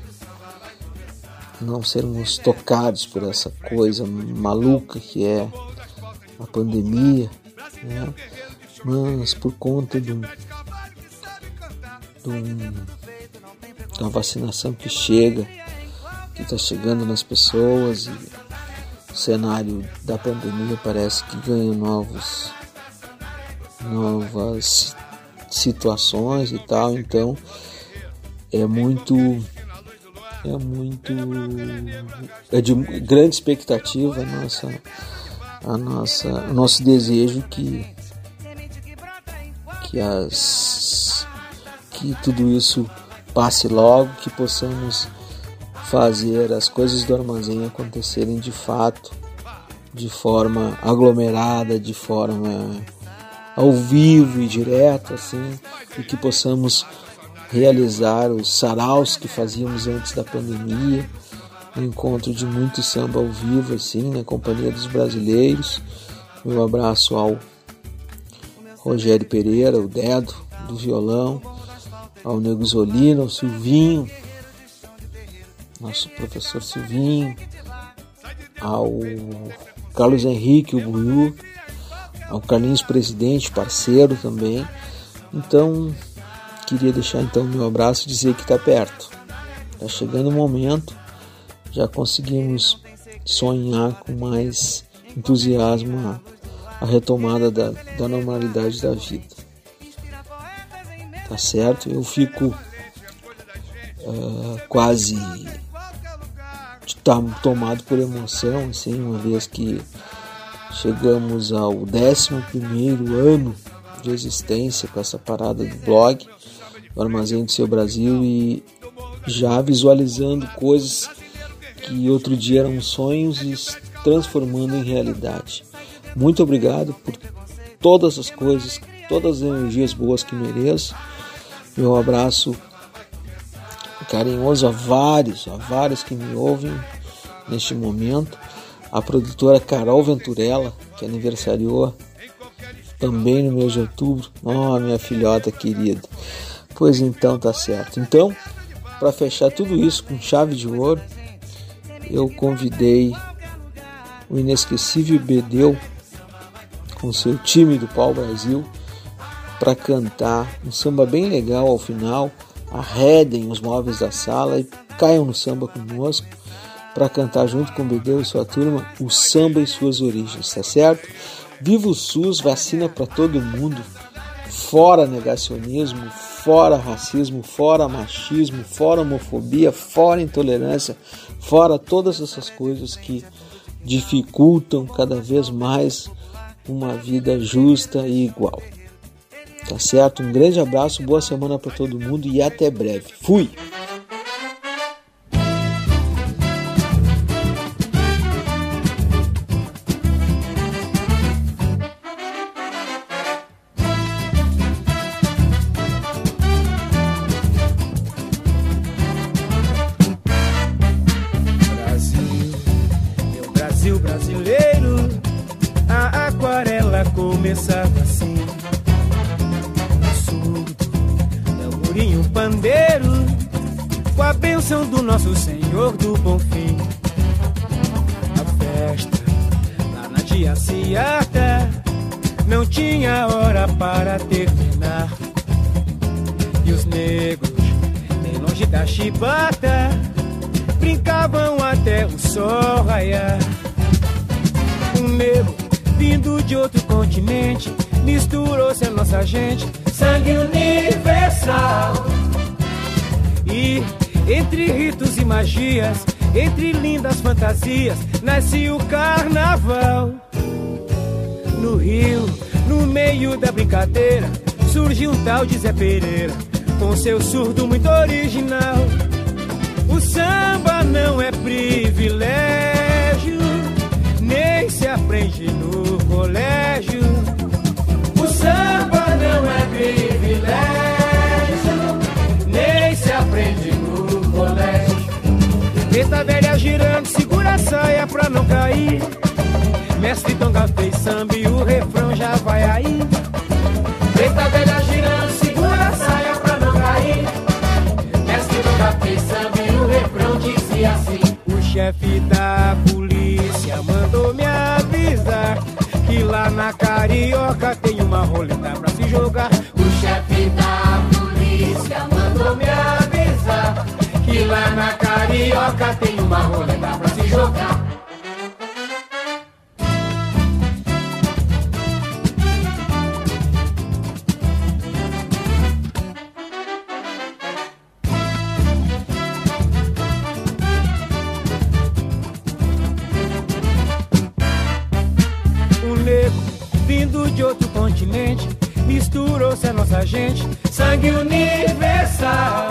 tocados por essa coisa maluca que é a pandemia, né? Mas por conta da vacinação que está chegando nas pessoas, e o cenário da pandemia parece que ganha novas situações e tal. Então é de grande expectativa o nosso desejo que tudo isso passe logo, que possamos fazer as coisas do Armazém acontecerem de fato, de forma aglomerada, de forma ao vivo e direto, assim, e que possamos realizar os saraus que fazíamos antes da pandemia, um encontro de muito samba ao vivo, assim, na companhia dos brasileiros. Meu abraço ao Rogério Pereira, o Dedo, do violão, ao Nego Zolino, ao Silvinho, nosso professor Silvinho, ao Carlos Henrique, o Buiú, ao Carlinhos Presidente, parceiro também. Então, queria deixar então meu abraço e dizer que está perto. Está chegando o momento, já conseguimos sonhar com mais entusiasmo a retomada da normalidade da vida. Tá certo? Eu fico quase tomado por emoção, assim, uma vez que chegamos ao 11º ano de existência com essa parada do blog, do Armazém do Seu Brasil, e já visualizando coisas que outro dia eram sonhos e transformando em realidade. Muito obrigado por todas as coisas, todas as energias boas que mereço. Meu abraço carinhoso a vários que me ouvem neste momento. A produtora Carol Venturella, que aniversariou também no mês de outubro. Minha filhota querida. Pois então, tá certo. Então, para fechar tudo isso com chave de ouro, eu convidei o inesquecível Bedeu com seu time do Pau Brasil para cantar um samba bem legal ao final. Arredem os móveis da sala e caiam no samba conosco para cantar junto com o Bedeu e sua turma o samba e suas origens, tá certo? Viva o SUS, vacina para todo mundo, fora negacionismo, fora racismo, fora machismo, fora homofobia, fora intolerância, fora todas essas coisas que dificultam cada vez mais uma vida justa e igual. Tá certo? Um grande abraço, boa semana para todo mundo e até breve. Fui! Brasil, meu Brasil brasileiro, a aquarela começava assim. Um pandeiro, com a bênção do nosso Senhor do Bom Fim. A festa lá na Tia Ciata não tinha hora para terminar. E os negros, bem longe da chibata, brincavam até o sol raiar. Um negro vindo de outro continente misturou-se a nossa gente, sangue universal. E entre ritos e magias, entre lindas fantasias, nasce o carnaval. No Rio, no meio da brincadeira, surge um tal de Zé Pereira, com seu surdo muito original. O samba não é privilégio, nem se aprende no colégio. O samba não é privilégio, nem se aprende no colégio. Preta velha girando, segura a saia pra não cair. Mestre Tonga fez samba e o refrão já vai aí. Preta velha girando, segura a saia pra não cair. Mestre Tonga fez samba e o refrão dizia assim: o chefe da polícia mandou me avisar que lá na Carioca tem uma roleta pra se jogar. O chefe da polícia mandou me avisar que lá na Carioca tem uma roleta pra se jogar. Vindo de outro continente, misturou-se a nossa gente, sangue universal.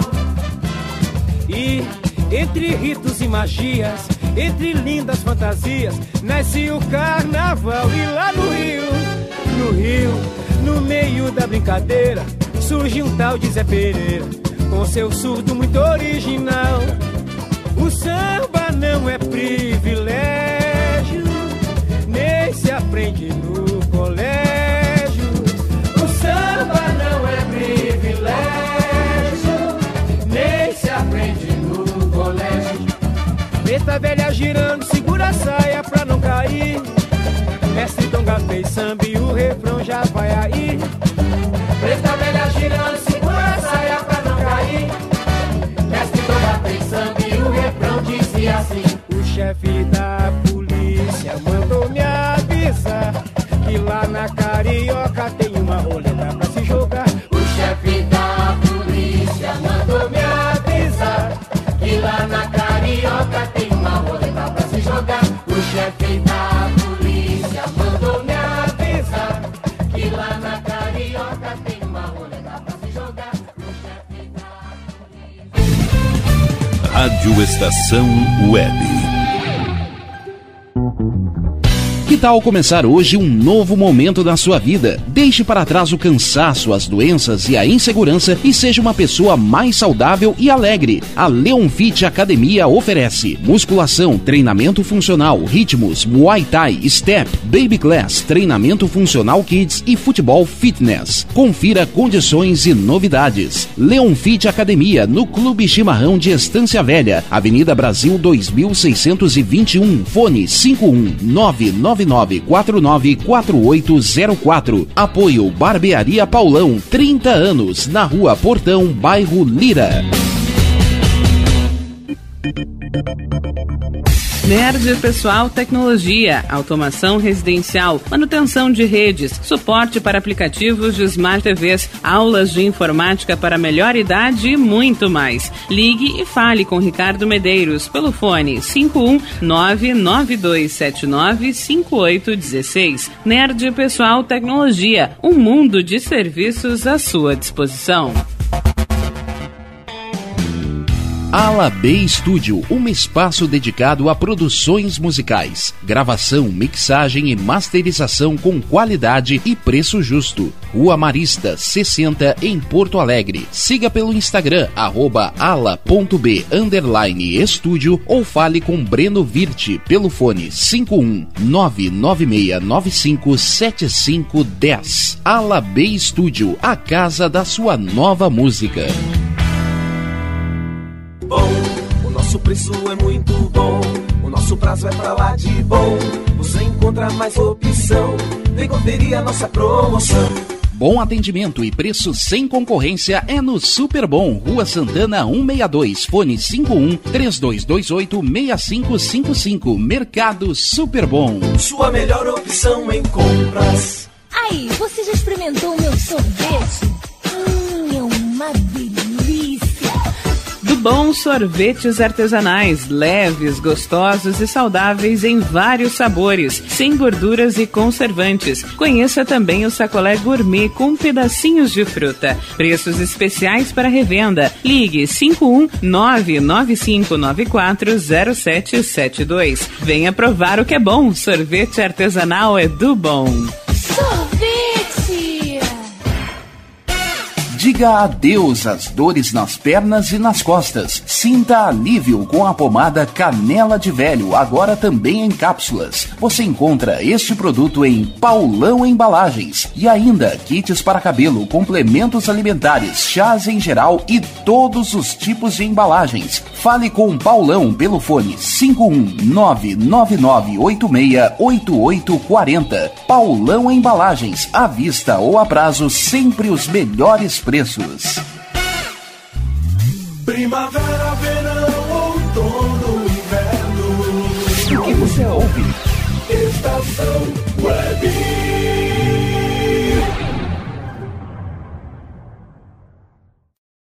E entre ritos e magias, entre lindas fantasias, nasce o carnaval. E lá no Rio, no meio da brincadeira, surge um tal de Zé Pereira, com seu surdo muito original. O samba não é privilégio, nem se aprende no colégio. O samba não é privilégio, nem se aprende no colégio. Preta velha girando, segura a saia pra não cair. Mestre Donga fez samba e o refrão já vai aí. Preta velha girando, segura a saia pra não cair. Mestre Donga fez samba e o refrão dizia assim: o chefe da polícia mandou me avisar que lá na Carioca tem uma roleta pra se jogar. O chefe da polícia mandou me avisar que lá na Carioca tem uma roleta pra se jogar. O chefe da polícia mandou me avisar que lá na Carioca tem uma roleta pra se jogar. O chefe da polícia... Rádio Estação Web. Que tal começar hoje um novo momento da sua vida? Deixe para trás o cansaço, as doenças e a insegurança e seja uma pessoa mais saudável e alegre. A Leon Fit Academia oferece musculação, treinamento funcional, ritmos, Muay Thai, Step, Baby Class, treinamento funcional Kids e futebol fitness. Confira condições e novidades. Leon Fit Academia, no Clube Chimarrão de Estância Velha, Avenida Brasil 2621, fone 51999494804. Apoio Barbearia Paulão, 30 anos, na Rua Portão, bairro Lira. Nerd Pessoal Tecnologia, automação residencial, manutenção de redes, suporte para aplicativos de Smart TVs, aulas de informática para melhor idade e muito mais. Ligue e fale com Ricardo Medeiros pelo fone 51992795816. Nerd Pessoal Tecnologia, um mundo de serviços à sua disposição. Ala B Studio, um espaço dedicado a produções musicais, gravação, mixagem e masterização com qualidade e preço justo. Rua Marista, 60, em Porto Alegre. Siga pelo Instagram, @ala.b_estúdio ou fale com Breno Virte pelo fone 51996957510. Ala B Studio, a casa da sua nova música. O nosso preço é muito bom, o nosso prazo é pra lá de bom. Você encontra mais opção, vem conferir a nossa promoção. Bom atendimento e preço sem concorrência é no Super Bom, Rua Santana 162, fone 51-3228-6555, Mercado Super Bom. Sua melhor opção em compras. Aí, você já experimentou o meu sorvete? É uma delícia. Do Bom Sorvetes Artesanais, leves, gostosos e saudáveis em vários sabores, sem gorduras e conservantes. Conheça também o sacolé gourmet com pedacinhos de fruta. Preços especiais para revenda. Ligue 51995940772. Venha provar o que é bom. Sorvete artesanal é do Bom. Sorvete! Diga adeus às dores nas pernas e nas costas. Sinta alívio com a pomada Canela de Velho, agora também em cápsulas. Você encontra este produto em Paulão Embalagens. E ainda kits para cabelo, complementos alimentares, chás em geral e todos os tipos de embalagens. Fale com Paulão pelo fone 51999868840. Paulão Embalagens, à vista ou a prazo, sempre os melhores preços. Primavera, verão, outono, inverno. O que você ouve? Estação Web.